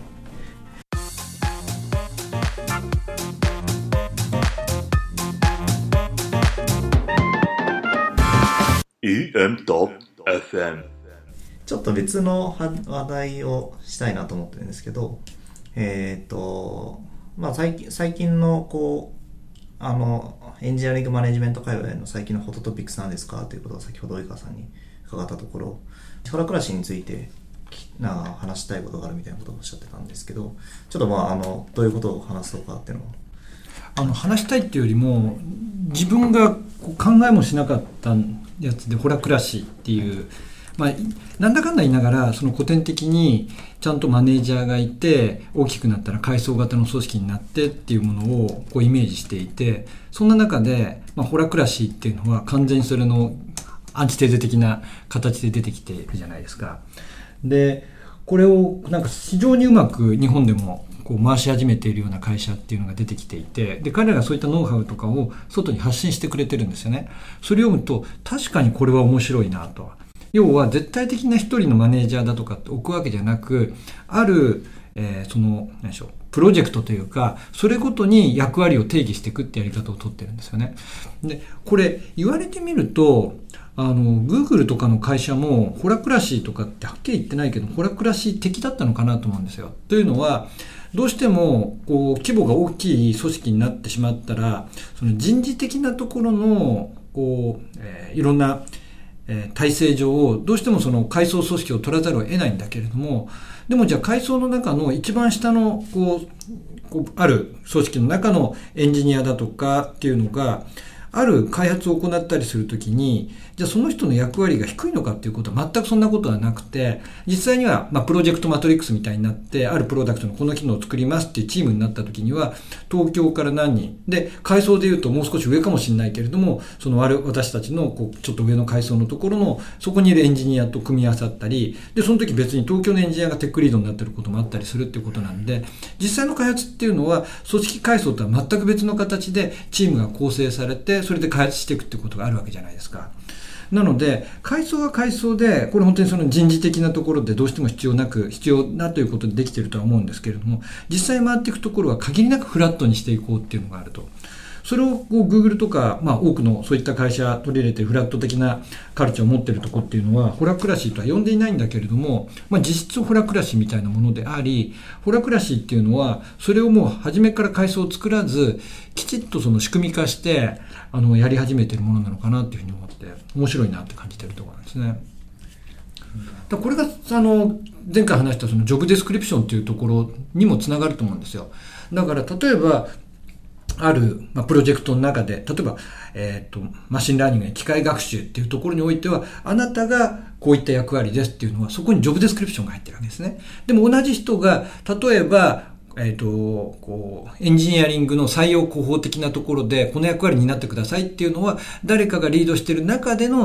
イーエムドットエフエムちょっと別の話題をしたいなと思ってるんですけど、えっとまあ最近最近のこうあのエンジニアリングマネジメント界隈の最近のホットトピックスなんですかということを先ほど及川さんに伺ったところ、ホラクラシについてなんか話したいことがあるみたいなことをおっしゃってたんですけど、ちょっとまああのどういうことを話すのかっていうのをあの話したいっていうよりも自分がこう考えもしなかったやつでホラクラシっていう、まあ、なんだかんだ言いながらその古典的にちゃんとマネージャーがいて大きくなったら階層型の組織になってっていうものをこうイメージしていて、そんな中で、まあ、ホラクラシっていうのは完全にそれのアンチテーゼ的な形で出てきているじゃないですか。でこれをなんか非常にうまく日本でもこう回し始めているような会社っていうのが出てきていて、で彼らがそういったノウハウとかを外に発信してくれてるんですよね。それを読むと確かにこれは面白いなと。要は絶対的な一人のマネージャーだとかって置くわけじゃなく、ある、えー、その何でしょうプロジェクトというかそれごとに役割を定義していくってやり方を取ってるんですよね。でこれ言われてみるとあの Google とかの会社もホラクラシーとかってはっきり言ってないけどホラクラシー的だったのかなと思うんですよ。というのはどうしてもこう規模が大きい組織になってしまったらその人事的なところのこう、えー、いろんな、えー、体制上をどうしてもその階層組織を取らざるを得ないんだけれども、でもじゃあ階層の中の一番下のこう、こうある組織の中のエンジニアだとかっていうのがある開発を行ったりするときに、じゃあその人の役割が低いのかっていうことは全くそんなことはなくて、実際にはまあプロジェクトマトリックスみたいになってあるプロダクトのこの機能を作りますっていうチームになったときには東京から何人で階層でいうともう少し上かもしれないけれども、その私たちのこうちょっと上の階層のところのそこにいるエンジニアと組み合わさったりで、その時別に東京のエンジニアがテックリードになってることもあったりするっていうことなんで、実際の開発っていうのは組織階層とは全く別の形でチームが構成されてそれで開発していくっていうことがあるわけじゃないですか。なので階層は階層でこれ本当にその人事的なところでどうしても必要なく必要なということでできているとは思うんですけれども、実際回っていくところは限りなくフラットにしていこうっていうのがあると。それをこう Google とか、まあ、多くのそういった会社取り入れてフラット的なカルチャーを持っているところっていうのはホラクラシーとは呼んでいないんだけれども、まあ、実質ホラクラシーみたいなものであり、ホラクラシーっていうのはそれをもう初めから階層を作らずきちっとその仕組み化してあのやり始めているものなのかなっていうふうに思って面白いなって感じているところなんですね。だこれがあの前回話したそのジョブデスクリプションというところにもつながると思うんですよ。だから例えばある、まあ、プロジェクトの中で、例えば、えっと、マシンラーニングや機械学習っていうところにおいては、あなたがこういった役割ですっていうのは、そこにジョブデスクリプションが入ってるわけですね。でも同じ人が、例えば、えっと、こう、エンジニアリングの採用広報的なところで、この役割になってくださいっていうのは、誰かがリードしている中での、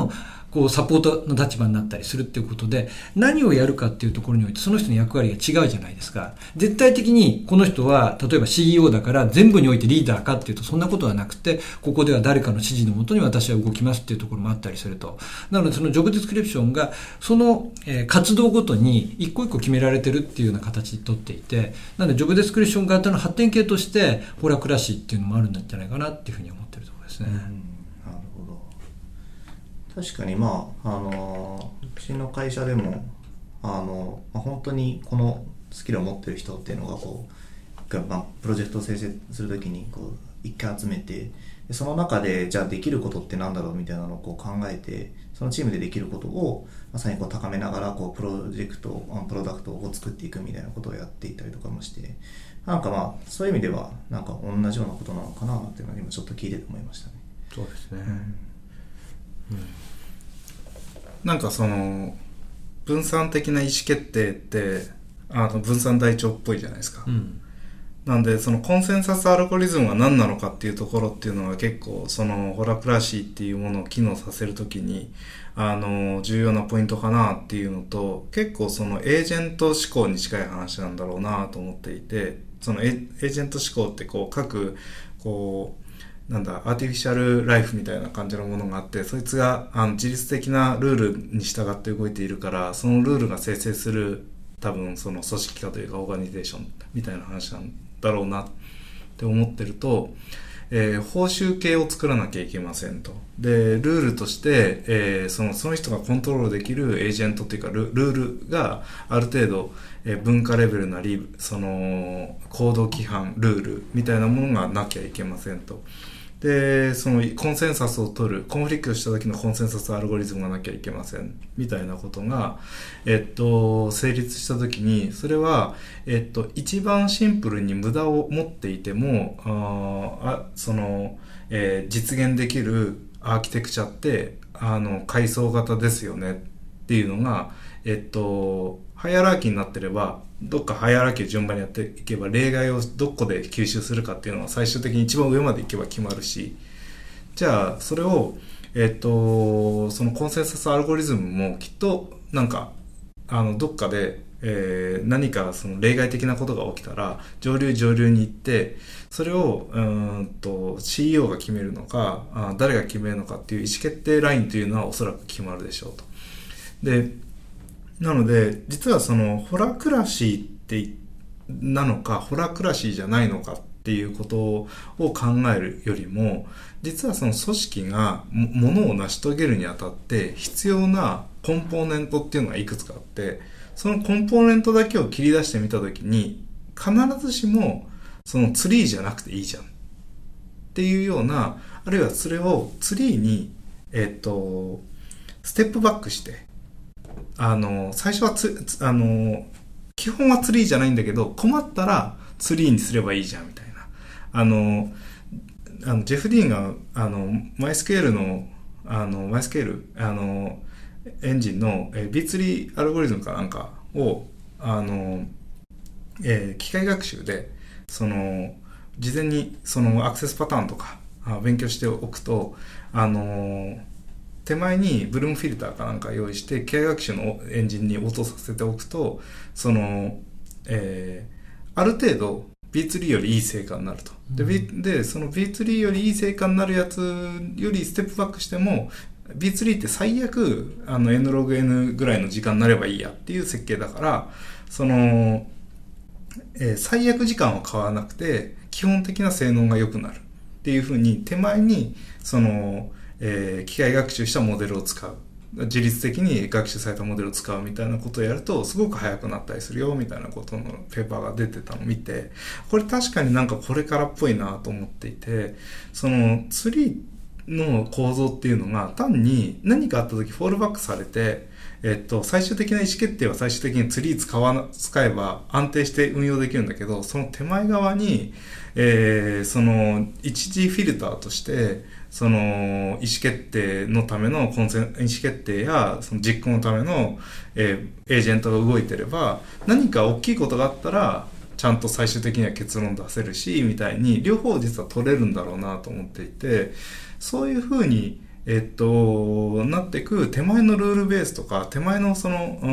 こうサポートの立場になったりするっていうことで、何をやるかっていうところにおいてその人の役割が違うじゃないですか。絶対的にこの人は例えば シーイーオー だから全部においてリーダーかっていうとそんなことはなくて、ここでは誰かの指示のもとに私は動きますっていうところもあったりすると。なのでそのジョブディスクリプションがその、えー、活動ごとに一個一個決められてるっていうような形にとっていて、なのでジョブディスクリプション型の発展系としてホラクラシーっていうのもあるんじゃないかなっていうふうに思ってるところですね。うん、 なるほど。確かにまああのうちの会社でもあの、まあ、本当にこのスキルを持ってる人っていうのがこう、まあ、プロジェクトを生成するときにこう一回集めて、でその中でじゃあできることってなんだろうみたいなのをこう考えて、そのチームでできることをまさにこう高めながらこうプロジェクトプロダクトを作っていくみたいなことをやっていたりとかもして、なんかまあそういう意味ではなんか同じようなことなのかなっていうのを今ちょっと聞いてて思いましたね。 そうですね、うんうん、なんかその分散的な意思決定ってあの分散台帳っぽいじゃないですか、うん、なんでそのコンセンサスアルゴリズムは何なのかっていうところっていうのは結構そのホラクラシーっていうものを機能させるときにあの重要なポイントかなっていうのと、結構そのエージェント思考に近い話なんだろうなと思っていて、そのエージェント思考ってこう各こうなんだアーティフィシャルライフみたいな感じのものがあって、そいつがあの自律的なルールに従って動いているから、そのルールが生成する多分その組織化というかオーガニゼーションみたいな話なんだろうなって思ってると、えー、報酬系を作らなきゃいけませんと。でルールとして、えー、そのその人がコントロールできるエージェントっていうか ル, ルールがある程度、えー、文化レベルなりその行動規範ルールみたいなものがなきゃいけませんと。でそのコンセンサスを取る、コンフリクトした時のコンセンサスアルゴリズムがなきゃいけませんみたいなことが、えっと、成立した時に、それは、えっと、一番シンプルに無駄を持っていてもああその、えー、実現できるアーキテクチャってあの階層型ですよねっていうのが、えっと、ハイアラーキーになってればどっかハイアラーキーを順番にやっていけば例外をどこで吸収するかっていうのは最終的に一番上までいけば決まるし、じゃあそれを、えっと、そのコンセンサスアルゴリズムもきっとなんかあのどっかで、えー、何かその例外的なことが起きたら上流上流に行って、それをうーんと シーイーオー が決めるのかあ誰が決めるのかっていう意思決定ラインというのはおそらく決まるでしょうと。でなので実はそのホラクラシーってなのかホラクラシーじゃないのかっていうことを考えるよりも、実はその組織がものを成し遂げるにあたって必要なコンポーネントっていうのがいくつかあって、そのコンポーネントだけを切り出してみたときに必ずしもそのツリーじゃなくていいじゃんっていうような、あるいはそれをツリーにえっとステップバックしてあの最初はつあの基本はツリーじゃないんだけど困ったらツリーにすればいいじゃんみたいな、あのあのジェフ・ディーンがあのマイスケールのあのマイスケールあのエンジンのえビーツリーアルゴリズムかなんかをあの、えー、機械学習でその事前にそのアクセスパターンとか勉強しておくと、あの手前にブルームフィルターかなんか用意して機械学習のエンジンに応答させておくと、その、えー、ある程度 ビーツリー よりいい成果になると。で、うん、でその ビーツリー よりいい成果になるやつよりステップバックしても ビーツリー って最悪あの N ログ N ぐらいの時間になればいいやっていう設計だから、その、えー、最悪時間は変わらなくて基本的な性能が良くなるっていう風に手前にそのえー、機械学習したモデルを使う、自律的に学習されたモデルを使うみたいなことをやるとすごく速くなったりするよみたいなことのペーパーが出てたのを見て、これ確かになんかこれからっぽいなと思っていて、そのツリーの構造っていうのが単に何かあった時フォールバックされて、えっと、最終的な意思決定は最終的にツリー使わな、使えば安定して運用できるんだけど、その手前側に、えー、その一時フィルターとしてその意思決定のためのコンセン意思決定やその実行のための、えー、エージェントが動いてれば何か大きいことがあったらちゃんと最終的には結論出せるしみたいに両方実は取れるんだろうなと思っていて、そういうふうに、 えっと、なっていく手前のルールベースとか、手前のその、うん、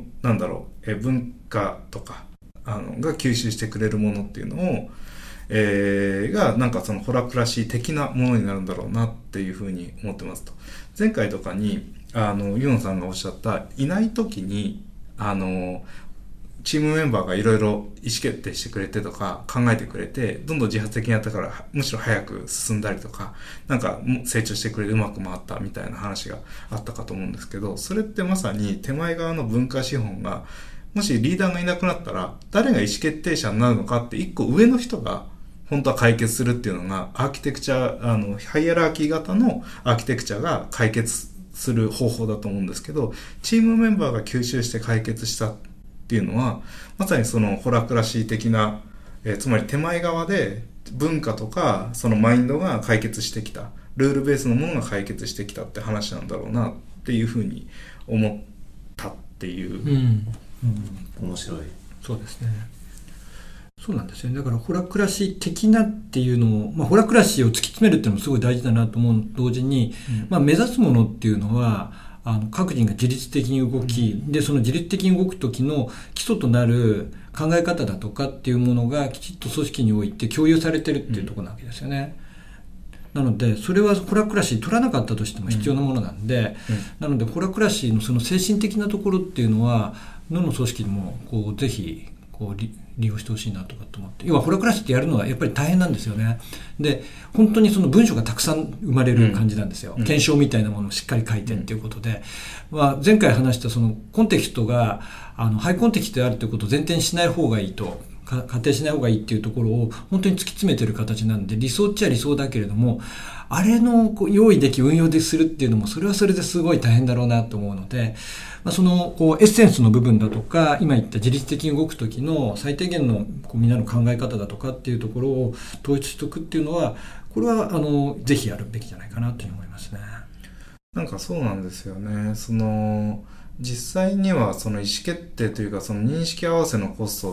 なんだろう、え文化とか、あの、が吸収してくれるものっていうのを、えー、が、なんかそのホラクラシー的なものになるんだろうなっていうふうに思ってますと。前回とかに、あの、ユンさんがおっしゃった、いない時に、あの、チームメンバーがいろいろ意思決定してくれてとか考えてくれて、どんどん自発的にやったから、むしろ早く進んだりとか、なんか成長してくれてうまく回ったみたいな話があったかと思うんですけど、それってまさに手前側の文化資本が、もしリーダーがいなくなったら、誰が意思決定者になるのかって一個上の人が本当は解決するっていうのが、アーキテクチャ、あの、ハイアラーキー型のアーキテクチャが解決する方法だと思うんですけど、チームメンバーが吸収して解決したっていうのは、まさにそのホラクラシー的な、えー、つまり手前側で文化とかそのマインドが解決してきた、ルールベースのものが解決してきたって話なんだろうなっていうふうに思ったっていう、 うんうん、面白い。 そうですね。そうなんですよね。だからホラクラシー的なっていうのを、まあ、ホラクラシーを突き詰めるっていうのもすごい大事だなと思う同時に、うんまあ、目指すものっていうのはあの各人が自律的に動き、うん、でその自律的に動く時の基礎となる考え方だとかっていうものがきちっと組織において共有されてるっていうところなわけですよね。うん、なのでそれはホラクラシー取らなかったとしても必要なものなんで、うんうん、なのでホラクラシーのその精神的なところっていうのはどの組織でもこうぜひこう利用してほしいなとかと思って、要はホラクラシーってやるのはやっぱり大変なんですよね。で本当にその文章がたくさん生まれる感じなんですよ、うん、検証みたいなものをしっかり書いてっていうことで、うんまあ、前回話したそのコンテキストがあのハイコンテキストであるということを前提にしない方がいいと、仮定しない方がいいっていうところを本当に突き詰めてる形なんで、理想っちゃ理想だけれども、あれのこう用意でき運用でするっていうのもそれはそれですごい大変だろうなと思うので、まあ、そのこうエッセンスの部分だとか今言った自律的に動く時の最低限のこうみんなの考え方だとかっていうところを統一しておくっていうのは、これはあのぜひやるべきじゃないかなというふうに思いますね。 なんかそうなんですよね。その実際にはその意思決定というかその認識合わせのコストって、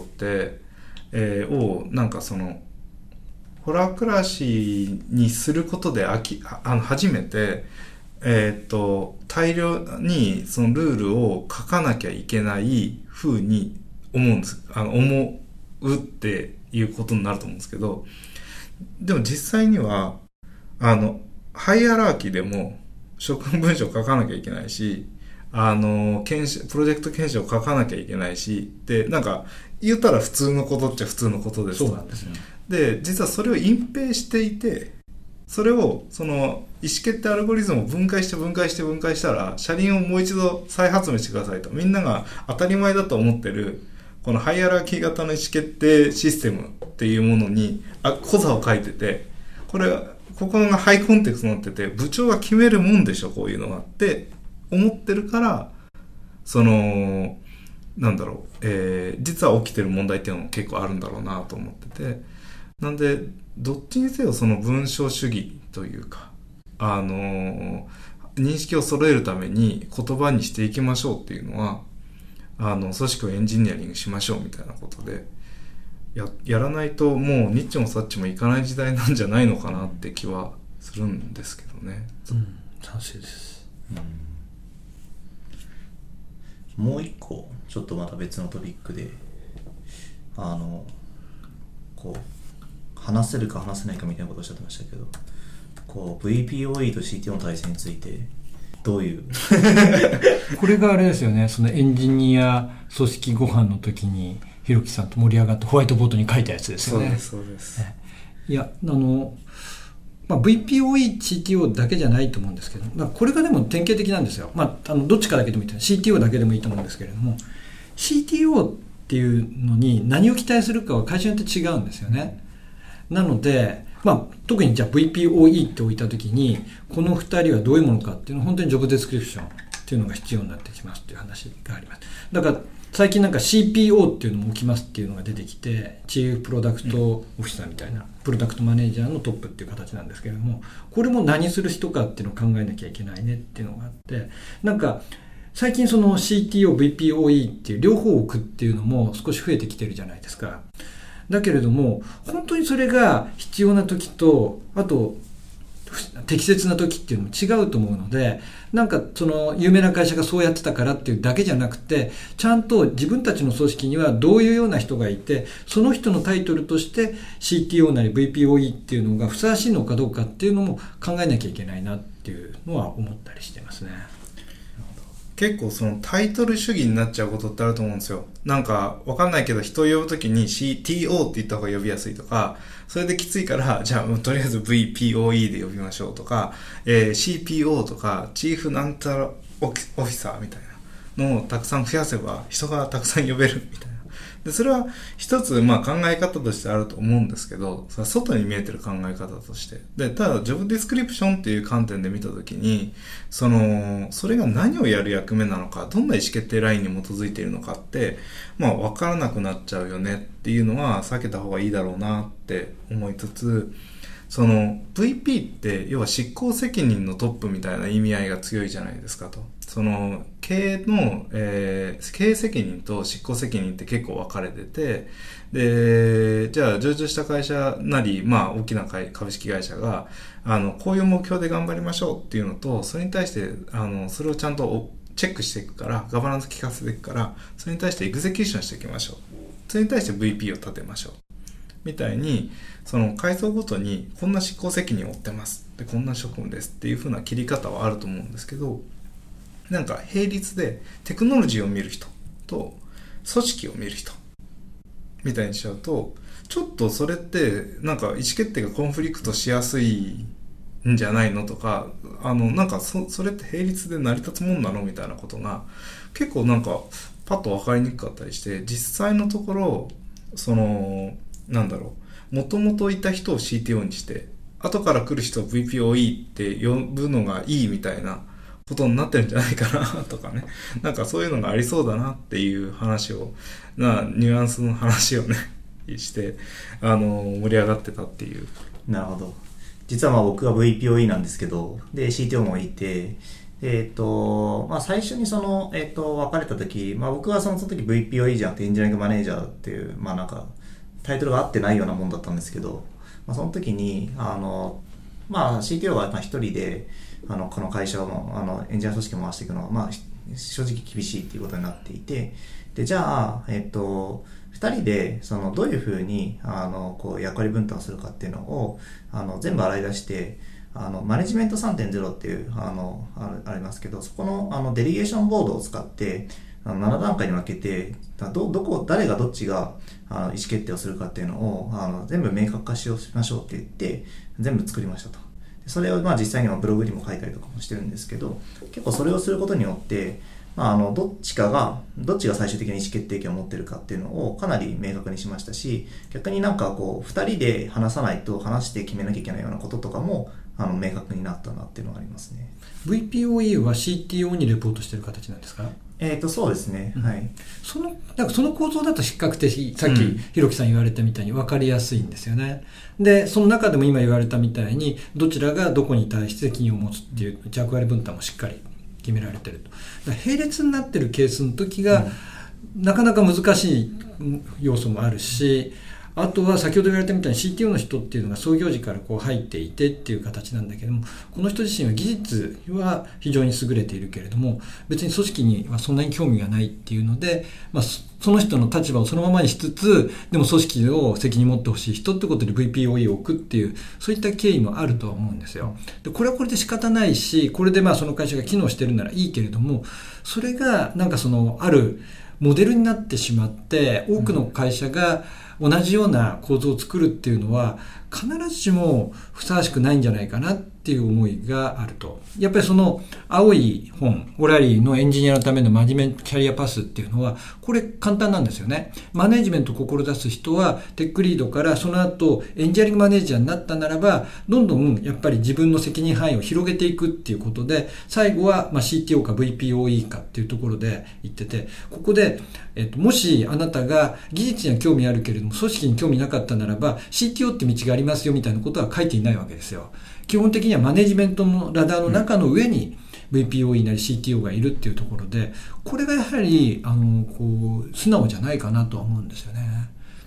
えー、をなんかそのホラクラシーにすることであきあの初めて、えー、っと大量にそのルールを書かなきゃいけない風に思うんです。あの思うっていうことになると思うんですけど、でも実際にはあのハイアラーキーでも職務文書を書かなきゃいけないし、あの研修プロジェクト研修を書かなきゃいけないし、でなんか言ったら普通のことっちゃ普通のことです。 そうなんですよ。 で実はそれを隠蔽していて、それをその意思決定アルゴリズムを分解して分解して分解したら車輪をもう一度再発明してくださいと、みんなが当たり前だと思ってるこのハイアラーキー型の意思決定システムっていうものにあコザを書いてて、これここがハイコンテクストになってて、部長が決めるもんでしょこういうのがって思ってるから、そのなんだろう、えー、実は起きてる問題っていうのも結構あるんだろうなと思ってて、なんでどっちにせよその文章主義というか、あのー、認識を揃えるために言葉にしていきましょうっていうのは、あの組織をエンジニアリングしましょうみたいなことで や, やらないともうニッチもサッチもいかない時代なんじゃないのかなって気はするんですけどね。 うん、賛成です。 うん、もう一個ちょっとまた別のトピックで、あのこう話せるか話せないかみたいなことをおっしゃってましたけど、こう ブイピーオーイー と シーティーオー の対戦についてどういうこれがあれですよね、そのエンジニア組織ご飯の時にひろきさんと盛り上がってホワイトボードに書いたやつですよね。 そうですそうです。 いやあの、まあ、ブイピーオーイー、シーティーオー だけじゃないと思うんですけど、まあ、これがでも典型的なんですよ。まあ、あのどっちかだけでもいいと シーティーオー だけでもいいと思うんですけれども、 シーティーオー っていうのに何を期待するかは会社によって違うんですよね。なのでまあ、特にじゃあ ブイピーオーイー って置いたときにこのふたりはどういうものかっていうのは本当にジョブデスクリプションっていうのが必要になってきますっていう話があります。だから最近なんか シーピーオー っていうのも起きますっていうのが出てきて、チーフプロダクトオフィサーみたいなプロダクトマネージャーのトップっていう形なんですけれども、これも何する人かっていうのを考えなきゃいけないねっていうのがあって、なんか最近その シーティーオー、ブイピーオーイー っていう両方を置くっていうのも少し増えてきてるじゃないですか。だけれども本当にそれが必要な時と、あと適切な時っていうのも違うと思うので、なんかその有名な会社がそうやってたからっていうだけじゃなくて、ちゃんと自分たちの組織にはどういうような人がいて、その人のタイトルとして シーティーオー なり ブイピーオーイー っていうのがふさわしいのかどうかっていうのも考えなきゃいけないなっていうのは思ったりしてますね。 結構そのタイトル主義になっちゃうことってあると思うんですよ。なんかわかんないけど人を呼ぶときに シーティーオー って言った方が呼びやすいとか、それできついからじゃあとりあえず ブイピーオーイー で呼びましょうとか、えー、シーピーオー とかチーフなんたらオフィサーみたいなのをたくさん増やせば人がたくさん呼べるみたいな。でそれは一つまあ考え方としてあると思うんですけど、それは外に見えてる考え方としてで、ただジョブディスクリプションっていう観点で見たときに、そのそれが何をやる役目なのか、どんな意思決定ラインに基づいているのかってまあ分からなくなっちゃうよねっていうのは避けた方がいいだろうなって思いつつ、その ブイピー って要は執行責任のトップみたいな意味合いが強いじゃないですかと。その経営の、えー、経営責任と執行責任って結構分かれてて、でじゃあ上場した会社なり、まあ大きな株式会社があのこういう目標で頑張りましょうっていうのと、それに対してあのそれをちゃんとチェックしていくから、ガバナンス効かせていくから、それに対してエグゼキューションしていきましょう、それに対して ブイピー を立てましょうみたいに、その階層ごとにこんな執行責任を負ってますで、こんな職務ですっていう風な切り方はあると思うんですけど、なんか並立でテクノロジーを見る人と組織を見る人みたいにしちゃうと、ちょっとそれってなんか意思決定がコンフリクトしやすいんじゃないのとか、あのなんか そ, それって並立で成り立つもんなのみたいなことが結構なんかパッと分かりにくかったりして、実際のところそのなんだろう、もともといた人を シーティーオー にして後から来る人を ブイピーオーイー って呼ぶのがいいみたいなことになってるんじゃないかなとかね、なんかそういうのがありそうだなっていう話をなニュアンスの話をねしてあの盛り上がってたっていう。 なるほど。実はまあ僕は ブイピーオーイー なんですけど、で シーティーオー もいて、えっ、ー、とまあ最初にそのえっ、ー、と別れた時、まあ僕はそのその時 ブイピーオーイー じゃなくてエンジニアリングマネージャーっていうまあなんかタイトルが合ってないようなもんだったんですけど、まあ、その時にあのまあ シーティーオー が一人であのこの会社をあのエンジニア組織を回していくのはまあ正直厳しいっていうことになっていて、でじゃあえっとふたりでそのどういうふうにあのこう役割分担するかっていうのをあの全部洗い出して、あのマネジメント さんてんゼロ っていうあの あ, ありますけど、そこのあのデリゲーションボードを使ってあのなな段階に分けて、どどこ誰がどっちがあの意思決定をするかっていうのをあの全部明確化しましょうって言って全部作りましたと。それをまあ実際にはブログにも書いたりとかもしてるんですけど、結構それをすることによって、まあ、あのどっちかがどっちが最終的な意思決定権を持ってるかっていうのをかなり明確にしましたし、逆になんかこうふたりで話さないと話して決めなきゃいけないようなこととかもあの明確になったなっていうのがありますね。 ブイピーオーイー は シーティーオー にレポートしてる形なんですか？ えーとそうですね、うん、はい。 そのなんかその構造だと比較的さっきひろきさん言われたみたいに分かりやすいんですよね。でその中でも今言われたみたいにどちらがどこに対して責任を持つっていう役割分担もしっかり決められてると。だから並列になってるケースの時が、うん、なかなか難しい要素もあるし、あとは先ほど言われたみたいに シーティーオー の人っていうのが創業時からこう入っていてっていう形なんだけども、この人自身は技術は非常に優れているけれども別に組織にはそんなに興味がないっていうので、まあ、その人の立場をそのままにしつつでも組織を責任持ってほしい人ってことで ブイピーオーイー を置くっていうそういった経緯もあるとは思うんですよ。でこれはこれで仕方ないし、これでまあその会社が機能してるならいいけれども、それがなんかそのあるモデルになってしまって多くの会社が同じような構造を作るっていうのは必ずしもふさわしくないんじゃないかなっていう思いがあると。やっぱりその青い本、オラリーのエンジニアのためのマネジメントキャリアパスっていうのはこれ簡単なんですよね。マネジメントを志す人はテックリードからその後エンジニアリングマネージャーになったならばどんどんやっぱり自分の責任範囲を広げていくっていうことで、最後はまあ シーティーオー か ブイピーオーイー かっていうところで言ってて、ここで、えっと、もしあなたが技術には興味あるけれども組織に興味なかったならば シーティーオー って道がありますよみたいなことは書いていないわけですよ。基本的にはマネジメントのラダーの中の上に ブイピーオーイー なり シーティーオー がいるっていうところで、これがやはりあのこう素直じゃないかなとは思うんですよね。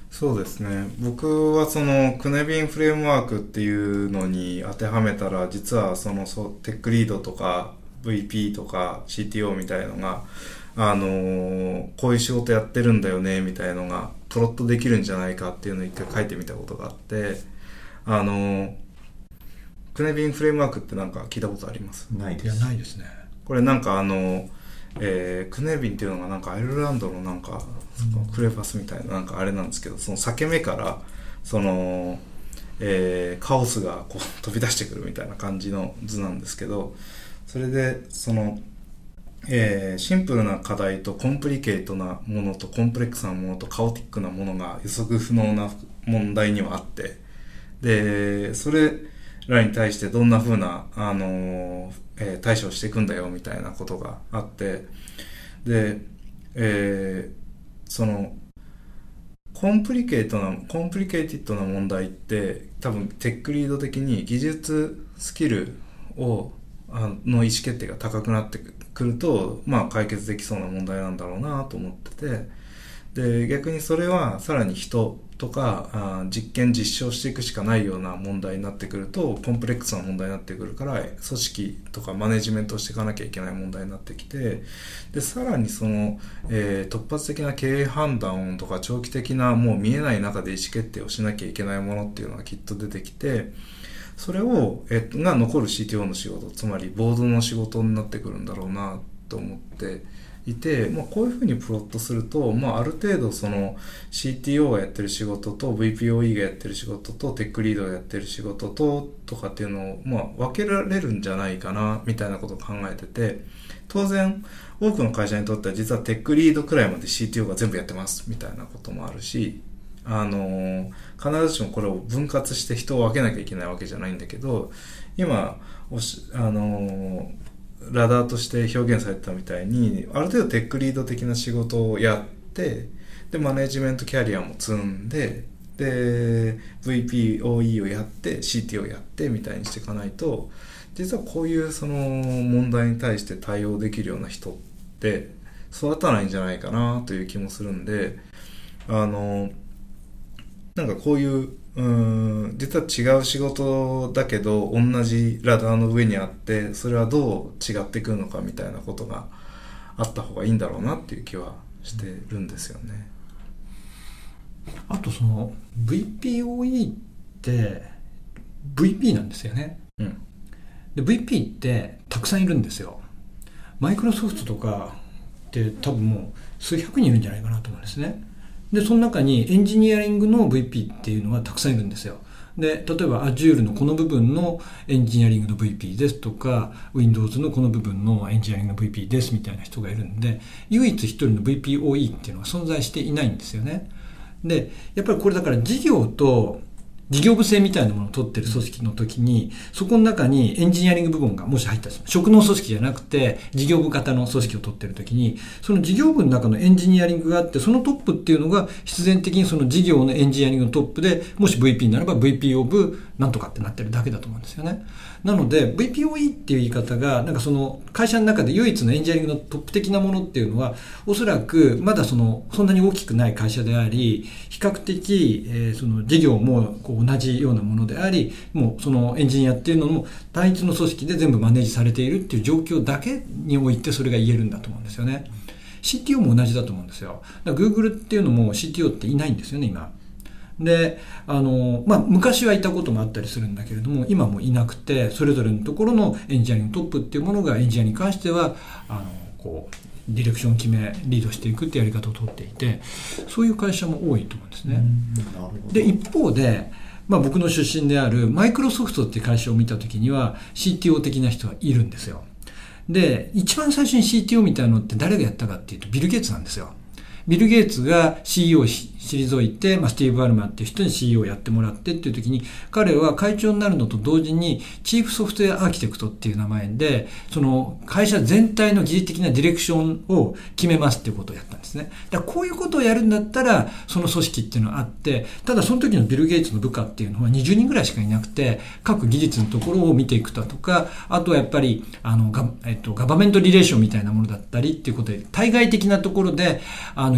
そうですね。僕はそのクネビンフレームワークっていうのに当てはめたら、実はそのそうテックリードとか ブイピー とか シーティーオー みたいのが、あのー、こういう仕事やってるんだよねみたいのがプロットできるんじゃないかっていうのを一回書いてみたことがあって、あのー、クネビンフレームワークってなんか聞いたことあります？ ないです。 いや、ないですね。 これなんかあの、えー、クネビンっていうのがなんかアイルランドのなんかクレパスみたいななんかあれなんですけど、その裂け目からその、えー、カオスがこう飛び出してくるみたいな感じの図なんですけど、それでその、えー、シンプルな課題とコンプリケートなものとコンプレックスなものとカオティックなものが予測不能な問題にはあって、でそれらに対してどんな風な、あのーえー、対処をしていくんだよみたいなことがあって、で、えーそのコンプリケートなコンプリケーティッドな問題って多分テックリード的に技術スキルをあの意思決定が高くなってくると、まあ、解決できそうな問題なんだろうなと思ってて、で逆にそれはさらに人とかあ実験実証していくしかないような問題になってくるとコンプレックスな問題になってくるから、組織とかマネジメントをしていかなきゃいけない問題になってきて、でさらにその、えー、突発的な経営判断とか長期的なもう見えない中で意思決定をしなきゃいけないものっていうのがきっと出てきて、それを、えー、が残る シーティーオー の仕事、つまりボードの仕事になってくるんだろうなと思っていて、まあ、こういうふうにプロットすると、まあ、ある程度その シーティーオー がやってる仕事と ブイピーオーイー がやってる仕事とテックリードがやってる仕事ととかっていうのを、まあ、分けられるんじゃないかなみたいなことを考えてて、当然多くの会社にとっては実はテックリードくらいまで シーティーオー が全部やってますみたいなこともあるし、あのー、必ずしもこれを分割して人を分けなきゃいけないわけじゃないんだけど、今おしあのーラダーとして表現されてたみたいに、ある程度テックリード的な仕事をやって、でマネジメントキャリアも積んで、で ブイピーオーイー をやって シーティーオー やってみたいにしていかないと、実はこういうその問題に対して対応できるような人って育たないんじゃないかなという気もするんで、あのなんかこういううーん実は違う仕事だけど同じラダーの上にあって、それはどう違ってくるのかみたいなことがあった方がいいんだろうなっていう気はしてるんですよね。 あとその ブイピーオーイー って ブイピー なんですよね、うん、で ブイピー ってたくさんいるんですよ。マイクロソフトとかって多分もう数百人いるんじゃないかなと思うんですね。でその中にエンジニアリングの ブイピー っていうのはたくさんいるんですよ。で例えば Azure のこの部分のエンジニアリングの ブイピー ですとか Windows のこの部分のエンジニアリングの ブイピー ですみたいな人がいるんで、唯一一人の ブイピーオーイー っていうのは存在していないんですよね。でやっぱりこれだから事業と事業部制みたいなものを取ってる組織の時に、そこの中にエンジニアリング部門がもし入ったら、職能組織じゃなくて事業部型の組織を取ってる時に、その事業部の中のエンジニアリングがあって、そのトップっていうのが必然的にその事業のエンジニアリングのトップで、もし ブイピー ならば ブイピーオー 部なんとかってなってるだけだと思うんですよね。なので ブイピーオーイー っていう言い方がなんかその会社の中で唯一のエンジニアリングのトップ的なものっていうのは、おそらくまだそのそんなに大きくない会社であり、比較的、えー、その事業もこう同じようなものであり、もうそのエンジニアっていうのも単一の組織で全部マネージされているっていう状況だけにおいてそれが言えるんだと思うんですよね。 シーティーオー も同じだと思うんですよ。だから Google っていうのも シーティーオー っていないんですよね今で。あの、まあ、昔はいたこともあったりするんだけれども、今もいなくて、それぞれのところのエンジニアリングトップっていうものがエンジニアに関してはあのこうディレクションを決めリードしていくってやり方をとっていて、そういう会社も多いと思うんですね。で一方で、まあ、僕の出身であるマイクロソフトっていう会社を見たときには シーティーオー 的な人はいるんですよ。で一番最初に シーティーオー みたいなのって誰がやったかっていうとビル・ゲイツなんですよ。ビル・ゲイツが シーイーオー を退いて、まあ、スティーブ・バルマーっていう人に シーイーオー をやってもらってっていう時に、彼は会長になるのと同時にチーフソフトウェアアーキテクトっていう名前で、その会社全体の技術的なディレクションを決めますっていうことをやったんですね。だからこういうことをやるんだったらその組織っていうのはあって、ただその時のビル・ゲイツの部下っていうのはにじゅうにんぐらいしかいなくて、各技術のところを見ていくだとか、あとはやっぱりあのガ、えっと、ガバメントリレーションみたいなものだったりっていうことで、対外的なところであの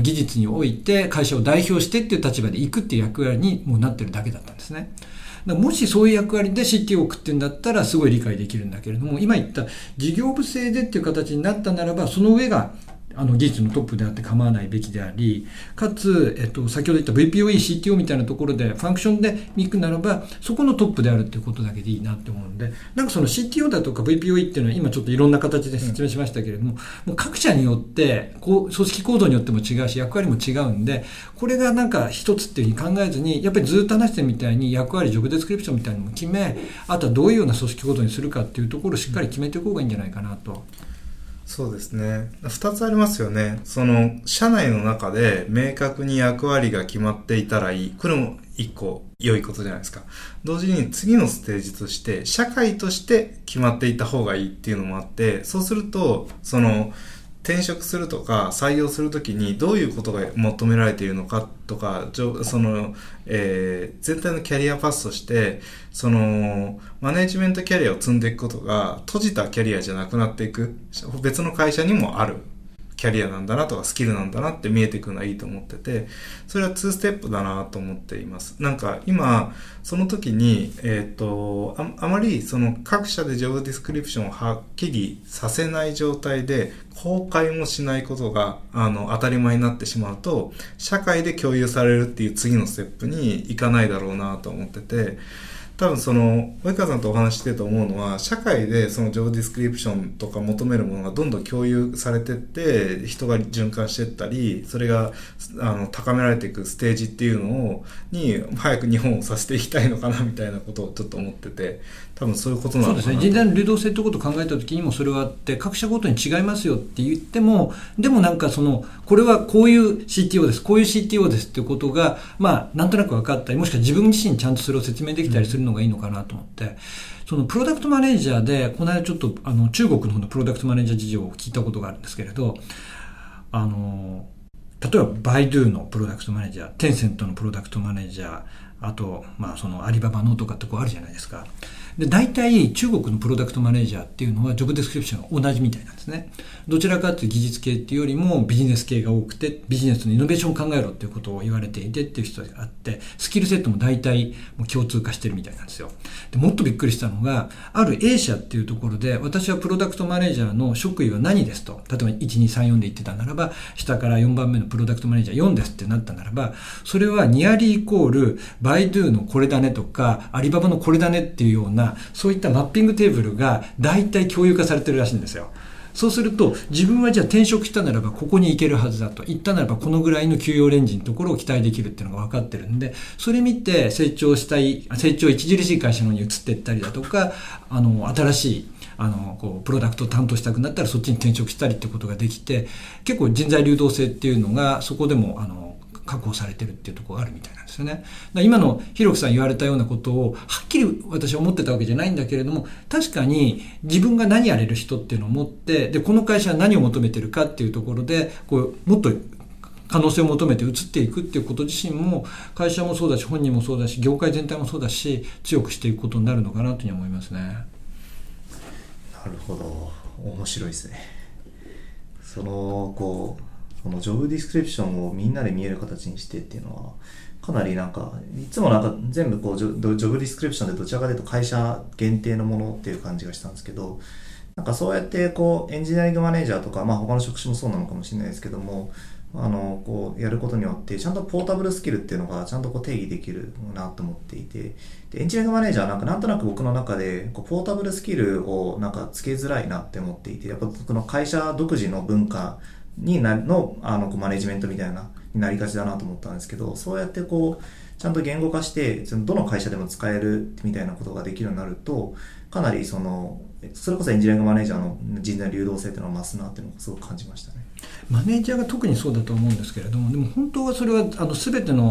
の技術において会社を代表してっていう立場で行くっていう役割にもうなってるだけだったんですね。だからもしそういう役割で シーティーオー を送ってるんだったらすごい理解できるんだけれども、今言った事業部制でっていう形になったならば、その上があの技術のトップであって構わないべきであり、かつ、えっと、先ほど言った ブイピーオーイー、シーティーオー みたいなところでファンクションで行くならば、そこのトップであるっていうことだけでいいなって思うんで、なんかその シーティーオー だとか ブイピーオーイー っていうのは今ちょっといろんな形で説明しましたけれども、うん、もう各社によってこう組織構造によっても違うし役割も違うんで、これがなんか一つっていうふうに考えずに、やっぱりずっと話してるみたいに役割ジョブデスクリプションみたいなのも決め、あとはどういうような組織構造にするかっていうところをしっかり決めていく方がいいんじゃないかなと。 そうですね。二つありますよね。その、社内の中で明確に役割が決まっていたらいい。これも一個良いことじゃないですか。同時に次のステージとして、社会として決まっていた方がいいっていうのもあって、そうすると、その、転職するとか採用するときにどういうことが求められているのかとか、その、えー、全体のキャリアパスとしてそのマネジメントキャリアを積んでいくことが閉じたキャリアじゃなくなっていく、別の会社にもあるキャリアなんだなとかスキルなんだなって見えてくるのはいいと思ってて、それはツーステップだなと思っています。なんか今その時にえっと あ, あまりその各社でジョブディスクリプションをはっきりさせない状態で公開もしないことがあの当たり前になってしまうと、社会で共有されるっていう次のステップにいかないだろうなと思ってて、多分その及川さんとお話ししてと思うのは、社会でそのジョブディスクリプションとか求めるものがどんどん共有されていって人が循環していったり、それがあの高められていくステージっていうのをに早く日本をさせていきたいのかなみたいなことをちょっと思ってて、多分そういうことなのかなと。 そうですね。人材の流動性ということを考えたときにもそれはあって、各社ごとに違いますよって言っても、でもなんかそのこれはこういう シーティーオー です、こういう シーティーオー ですっていうことがまあなんとなく分かったり、もしくは自分自身ちゃんとそれを説明できたりするのがいいのかなと思って、うん、そのプロダクトマネージャーでこの間ちょっとあの中国の方のプロダクトマネージャー事情を聞いたことがあるんですけれど、あの例えばバイドゥのプロダクトマネージャー、テンセントのプロダクトマネージャー、あとまあそのアリババのとかってこうあるじゃないですか。で大体中国のプロダクトマネージャーっていうのはジョブデスクリプションが同じみたいなんですね。どちらかというと技術系っていうよりもビジネス系が多くて、ビジネスのイノベーションを考えろっていうことを言われていてっていう人があって、スキルセットも大体もう共通化してるみたいなんですよ。でもっとびっくりしたのが、ある A 社っていうところで、私はプロダクトマネージャーの職位は何ですと、例えばいちにさんよんで言ってたならば、下からよんばんめのプロダクトマネージャーよんですってなったならば、それはニアリーイコールバイドゥのこれだねとかアリババのこれだねっていうような、そういったマッピングテーブルが大体共有化されてるらしいんですよ。そうすると自分はじゃあ転職したならばここに行けるはずだと、行ったならばこのぐらいの給与レンジのところを期待できるっていうのが分かってるんで、それ見て成長したい、成長著しい会社の方に移っていったりだとか、あの新しいあのこうプロダクトを担当したくなったらそっちに転職したりってことができて、結構人材流動性っていうのがそこでもあの確保されてるっていうところがあるみたいなんですよね。だから今のひろきさん言われたようなことをはっきり私は思ってたわけじゃないんだけれども、確かに自分が何やれる人っていうのを持って、でこの会社は何を求めてるかっていうところでこうもっと可能性を求めて移っていくっていうこと自身も、会社もそうだし本人もそうだし業界全体もそうだし、強くしていくことになるのかなというふうに思いますね。 なるほど、面白いですね。そのこうこのジョブディスクリプションをみんなで見える形にしてっていうのはかなりなんかいつもなんか全部こうジョ、ジョブディスクリプションでどちらかというと会社限定のものっていう感じがしたんですけど、なんかそうやってこうエンジニアリングマネージャーとか、まあ他の職種もそうなのかもしれないですけども、あのこうやることによってちゃんとポータブルスキルっていうのがちゃんとこう定義できるなと思っていて、でエンジニアリングマネージャーはなんかなんとなく僕の中でこうポータブルスキルをなんかつけづらいなって思っていて、やっぱこの会社独自の文化になのあのこうマネジメントみたいなになりがちだなと思ったんですけど、そうやってこうちゃんと言語化してそのどの会社でも使えるみたいなことができるようになると、かなりそのそれこそエンジニアリングマネージャーの人材流動性っていうのが増すなっていうのをすごく感じましたね。 マネージャーが特にそうだと思うんですけれども、でも本当はそれはあの全ての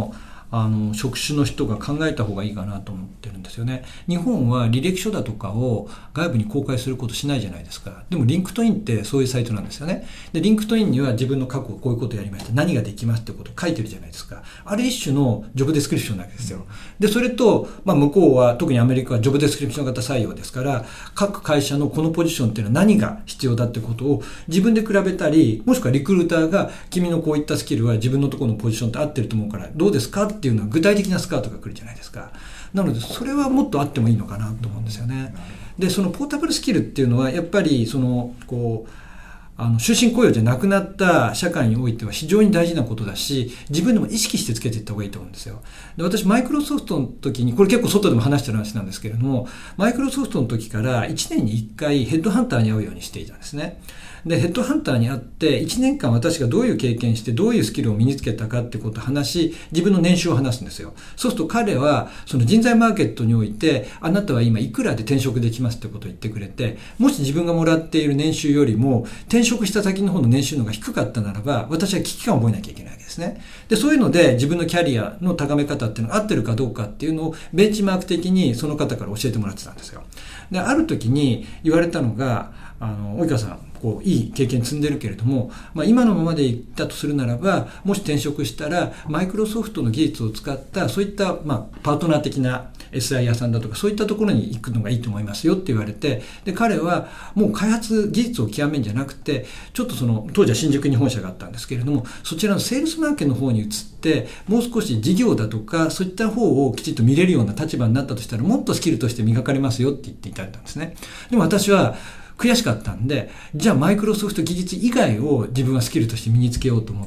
あの職種の人が考えた方がいいかなと思ってるんですよね。日本は履歴書だとかを外部に公開することしないじゃないですか。でもリンクトインってそういうサイトなんですよね。でリンクトインには自分の過去こういうことやりました、何ができますってことを書いてるじゃないですか。あれ一種のジョブデスクリプションなわけですよ。でそれと、まあ、向こうは特にアメリカはジョブデスクリプション型採用ですから、各会社のこのポジションっていうのは何が必要だってことを自分で比べたり、もしくはリクルーターが君のこういったスキルは自分のところのポジションと合ってると思うからどうですかっていうのは具体的なスカートが来るじゃないですか。なのでそれはもっとあってもいいのかなと思うんですよね。でそのポータブルスキルっていうのはやっぱりそのこうあの終身雇用じゃなくなった社会においては非常に大事なことだし、自分でも意識してつけていった方がいいと思うんですよ。で私マイクロソフトの時に、これ結構外でも話してる話なんですけれども、マイクロソフトの時からいちねんにいっかいヘッドハンターに会うようにしていたんですね。でヘッドハンターに会っていちねんかん私がどういう経験してどういうスキルを身につけたかってことを話し、自分の年収を話すんですよ。そうすると彼はその人材マーケットにおいて、あなたは今いくらで転職できますってことを言ってくれて、もし自分がもらっている年収よりも転職した先の方の年収の方が低かったならば、私は危機感を覚えなきゃいけないわけですね。でそういうので自分のキャリアの高め方っていうのが合ってるかどうかっていうのをベンチマーク的にその方から教えてもらってたんですよ。である時に言われたのが、あの及川さんこういい経験積んでるけれども、まあ、今のままでいったとするならば、もし転職したらマイクロソフトの技術を使ったそういった、まあ、パートナー的な エスアイ 屋さんだとかそういったところに行くのがいいと思いますよって言われて、で彼はもう開発技術を極めるんじゃなくて、ちょっとその当時は新宿に本社があったんですけれども、そちらのセールスマーケの方に移ってもう少し事業だとかそういった方をきちっと見れるような立場になったとしたら、もっとスキルとして磨かれますよって言っていただいたんですね。でも私は悔しかったんで、じゃあマイクロソフト技術以外を自分はスキルとして身につけようと思って、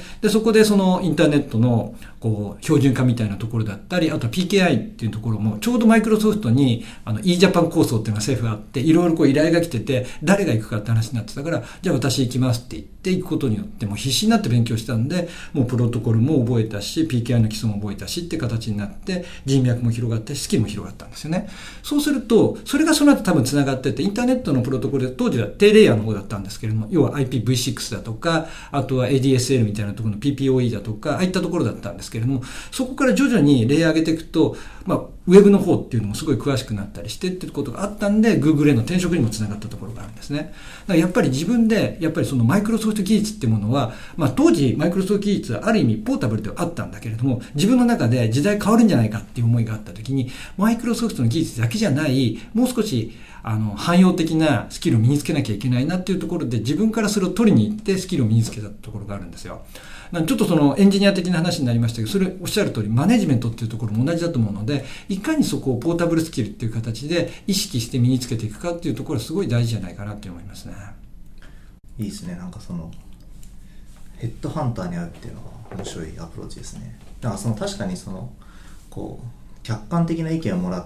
でそこでそのインターネットのこう標準化みたいなところだったり、あとは ピーケーアイ っていうところもちょうどマイクロソフトにあの e ジャパン構想っていうのが政府があって、いろいろこう依頼が来てて誰が行くかって話になってたから、じゃあ私行きますって言って行くことによってもう必死になって勉強したんで、もうプロトコルも覚えたし ピーケーアイ の基礎も覚えたしって形になって、人脈も広がってスキルも広がったんですよね。そうするとそれがその後多分つながってて、インターネットのプロトコルで当時は低レイヤーの方だったんですけれども、要は アイピーブイシックス だとか、あとは エーディーエスエル みたいなところの ピーピーオーイー だとか、ああいったところだったんですけれども、そこから徐々にレイヤー上げていくと、まあ、ウェブの方っていうのもすごい詳しくなったりしてっていうことがあったんで、Google への転職にもつながったところがあるんですね。だからやっぱり自分で、やっぱりそのマイクロソフト技術っていうものは、まあ当時マイクロソフト技術はある意味ポータブルではあったんだけれども、自分の中で時代変わるんじゃないかっていう思いがあったときに、マイクロソフトの技術だけじゃない、もう少しあの汎用的なスキルを身につけなきゃいけないなっていうところで、自分からそれを取りに行ってスキルを身につけたところがあるんですよ。なんでちょっとそのエンジニア的な話になりましたけど、それおっしゃる通りマネジメントっていうところも同じだと思うので、いかにそこをポータブルスキルっていう形で意識して身につけていくかっていうところはすごい大事じゃないかなって思いますね。 いいですね。なんかそのヘッドハンターに会うっていうのは面白いアプローチですね。だからその確かにそのこう客観的な意見をもらって、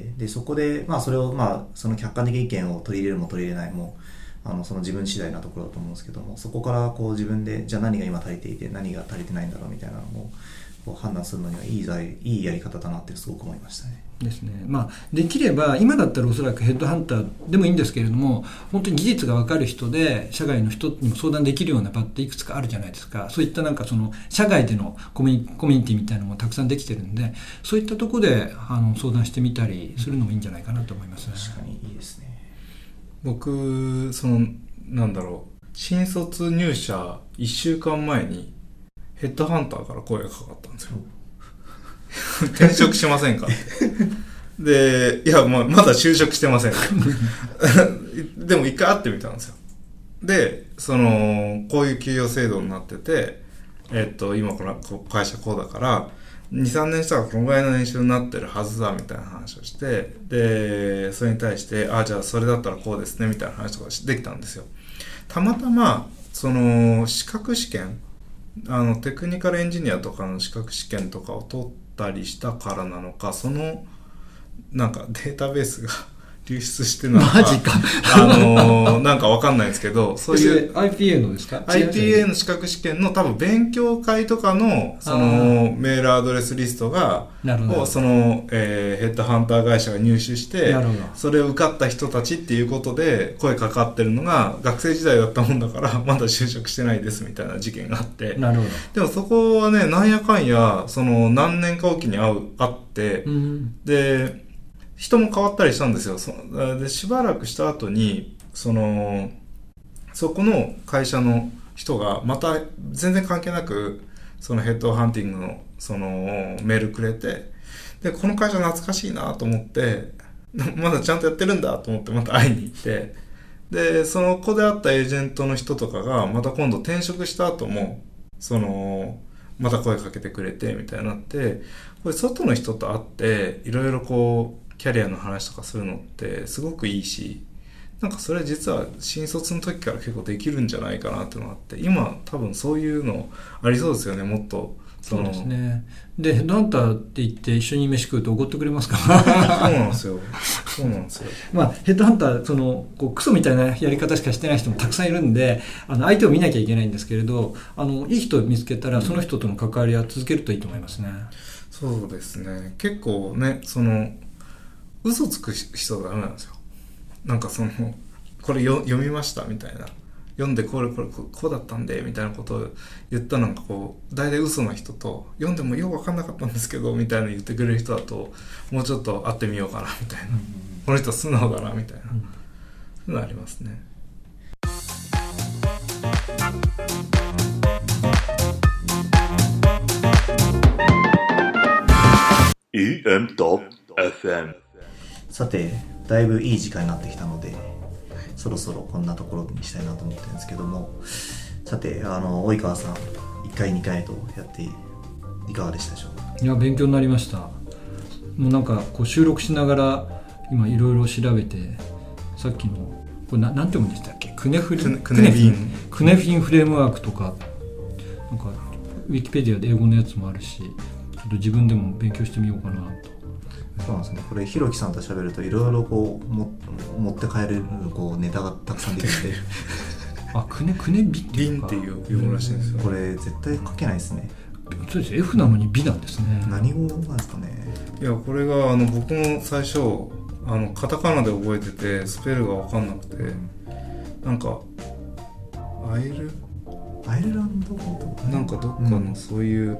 でそこでまあそれをまあその客観的意見を取り入れるも取り入れないもあのその自分次第なところだと思うんですけども、そこからこう自分でじゃあ何が今足りていて何が足りてないんだろうみたいなのをこう判断するのにはいい材いいやり方だなってすごく思いましたね。 ですね。まあできれば今だったらおそらくヘッドハンターでもいいんですけれども、本当に技術が分かる人で社外の人にも相談できるような場っていくつかあるじゃないですか。そういったなんかその社外でのコミュニ、コミュニティみたいなのもたくさんできてるんで、そういったところであの相談してみたりするのもいいんじゃないかなと思いますね。 確かにいいですね。 僕そのなんだろう、新卒入社いっしゅうかんまえにヘッドハンターから声がかかったんですよ。転職しませんかってで、いや、まあ、まだ就職してませんでも一回会ってみたんですよ。で、そのこういう給与制度になってて、えっと今から会社こうだからにさんねんしたらこのぐらいの年収になってるはずだみたいな話をして、でそれに対してあじゃあそれだったらこうですねみたいな話とかできたんですよ。たまたまその資格試験、あのテクニカルエンジニアとかの資格試験とかを取ったりしたからなのか、そのなんかデータベースが流出してるのマジかあのー、なんかわかんないですけど、そういうアイピーエー のですか？ アイピーエー の資格試験の多分勉強会とかのそのメールアドレスリストがをその、えー、ヘッドハンター会社が入手して、それを受かった人たちっていうことで声かかってるのが学生時代だったもんだからまだ就職してないですみたいな事件があって、 なるほど。 でもそこはね、なんやかんやその何年かおきに会う会って、うん、で人も変わったりしたんですよ。そでしばらくした後にそのそこの会社の人がまた全然関係なくそのヘッドハンティングのそのメールくれて、でこの会社懐かしいなと思ってまだちゃんとやってるんだと思ってまた会いに行って、でその子であったエージェントの人とかがまた今度転職した後もそのまた声かけてくれてみたいになって、これ外の人と会っていろいろこうキャリアの話とかするのってすごくいいし、なんかそれ実は新卒の時から結構できるんじゃないかなっていうのがあって、今多分そういうのありそうですよね、もっと。 そうですね。でヘッドハンターって言って一緒に飯食うと怒ってくれますか？ そうなんですよ。そうなんですよ。 まあヘッドハンターそのこうクソみたいなやり方しかしてない人もたくさんいるんで、あの相手を見なきゃいけないんですけれど、あのいい人を見つけたらその人との関わりは続けるといいと思いますね。 そうですね。結構ね、その嘘つく人はダメなんですよ。なんかそのこれよ読みましたみたいな、読んでこれこれこうだったんでみたいなことを言ったのがこう大体嘘の人と、読んでもよく分かんなかったんですけどみたいな言ってくれる人だともうちょっと会ってみようかなみたいな、うん、この人素直だなみたいな、うん、そういうのありますね。 イーエム エフエム。 さてだいぶいい時間になってきたので、そろそろこんなところにしたいなと思ってるんですけども、さてあの及川さんいっかいにかいとやっていかがでしたでしょうか？ いや勉強になりました。もうなんかこう収録しながら今いろいろ調べて、さっきのこれ な, なんて読むんでしたっけ？クネフリンクネフィンクネフィンフレームワークとか、なんかウィキペディアで英語のやつもあるし、ちょっと自分でも勉強してみようかなと。 そうなんですね。これひろきさんと喋るといろいろこうも持って帰れるこうネタがたくさん出てきてあ、クネクネビっていうかビンっていう用らしいんですよ。 これ絶対書けないですね。 そうです。 F なのにビなんですね。 何語なんですかね。 いやこれがあの僕も最初あのカタカナで覚えててスペルが分かんなくて、うん、なんかアイルアイルランド語とかなんかどっかのそういう、うん、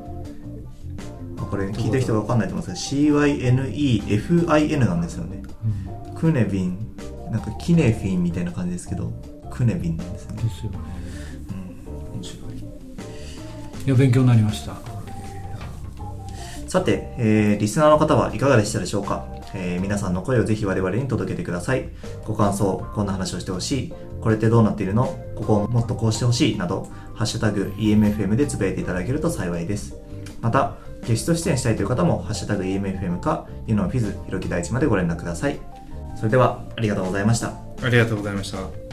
これ聞いてる人は分かんないと思うんですけど シーワイエヌイーエフアイエヌ なんですよね、うん、クネビンなんかキネフィンみたいな感じですけどクネビンなんですね。 ですよね、 うん、面白い。 いや勉強になりました。 さて、えー、リスナーの方はいかがでしたでしょうか。えー、皆さんの声をぜひ我々に届けてください。ご感想、こんな話をしてほしい、これってどうなっているの、ここをもっとこうしてほしいなどハッシュタグ イーエムエフエム でつぶやいていただけると幸いです。またゲスト出演したいという方もハッシュタグ イーエムエフエム かユノフィズひろき大地までご連絡ください。それではありがとうございました。 ありがとうございました。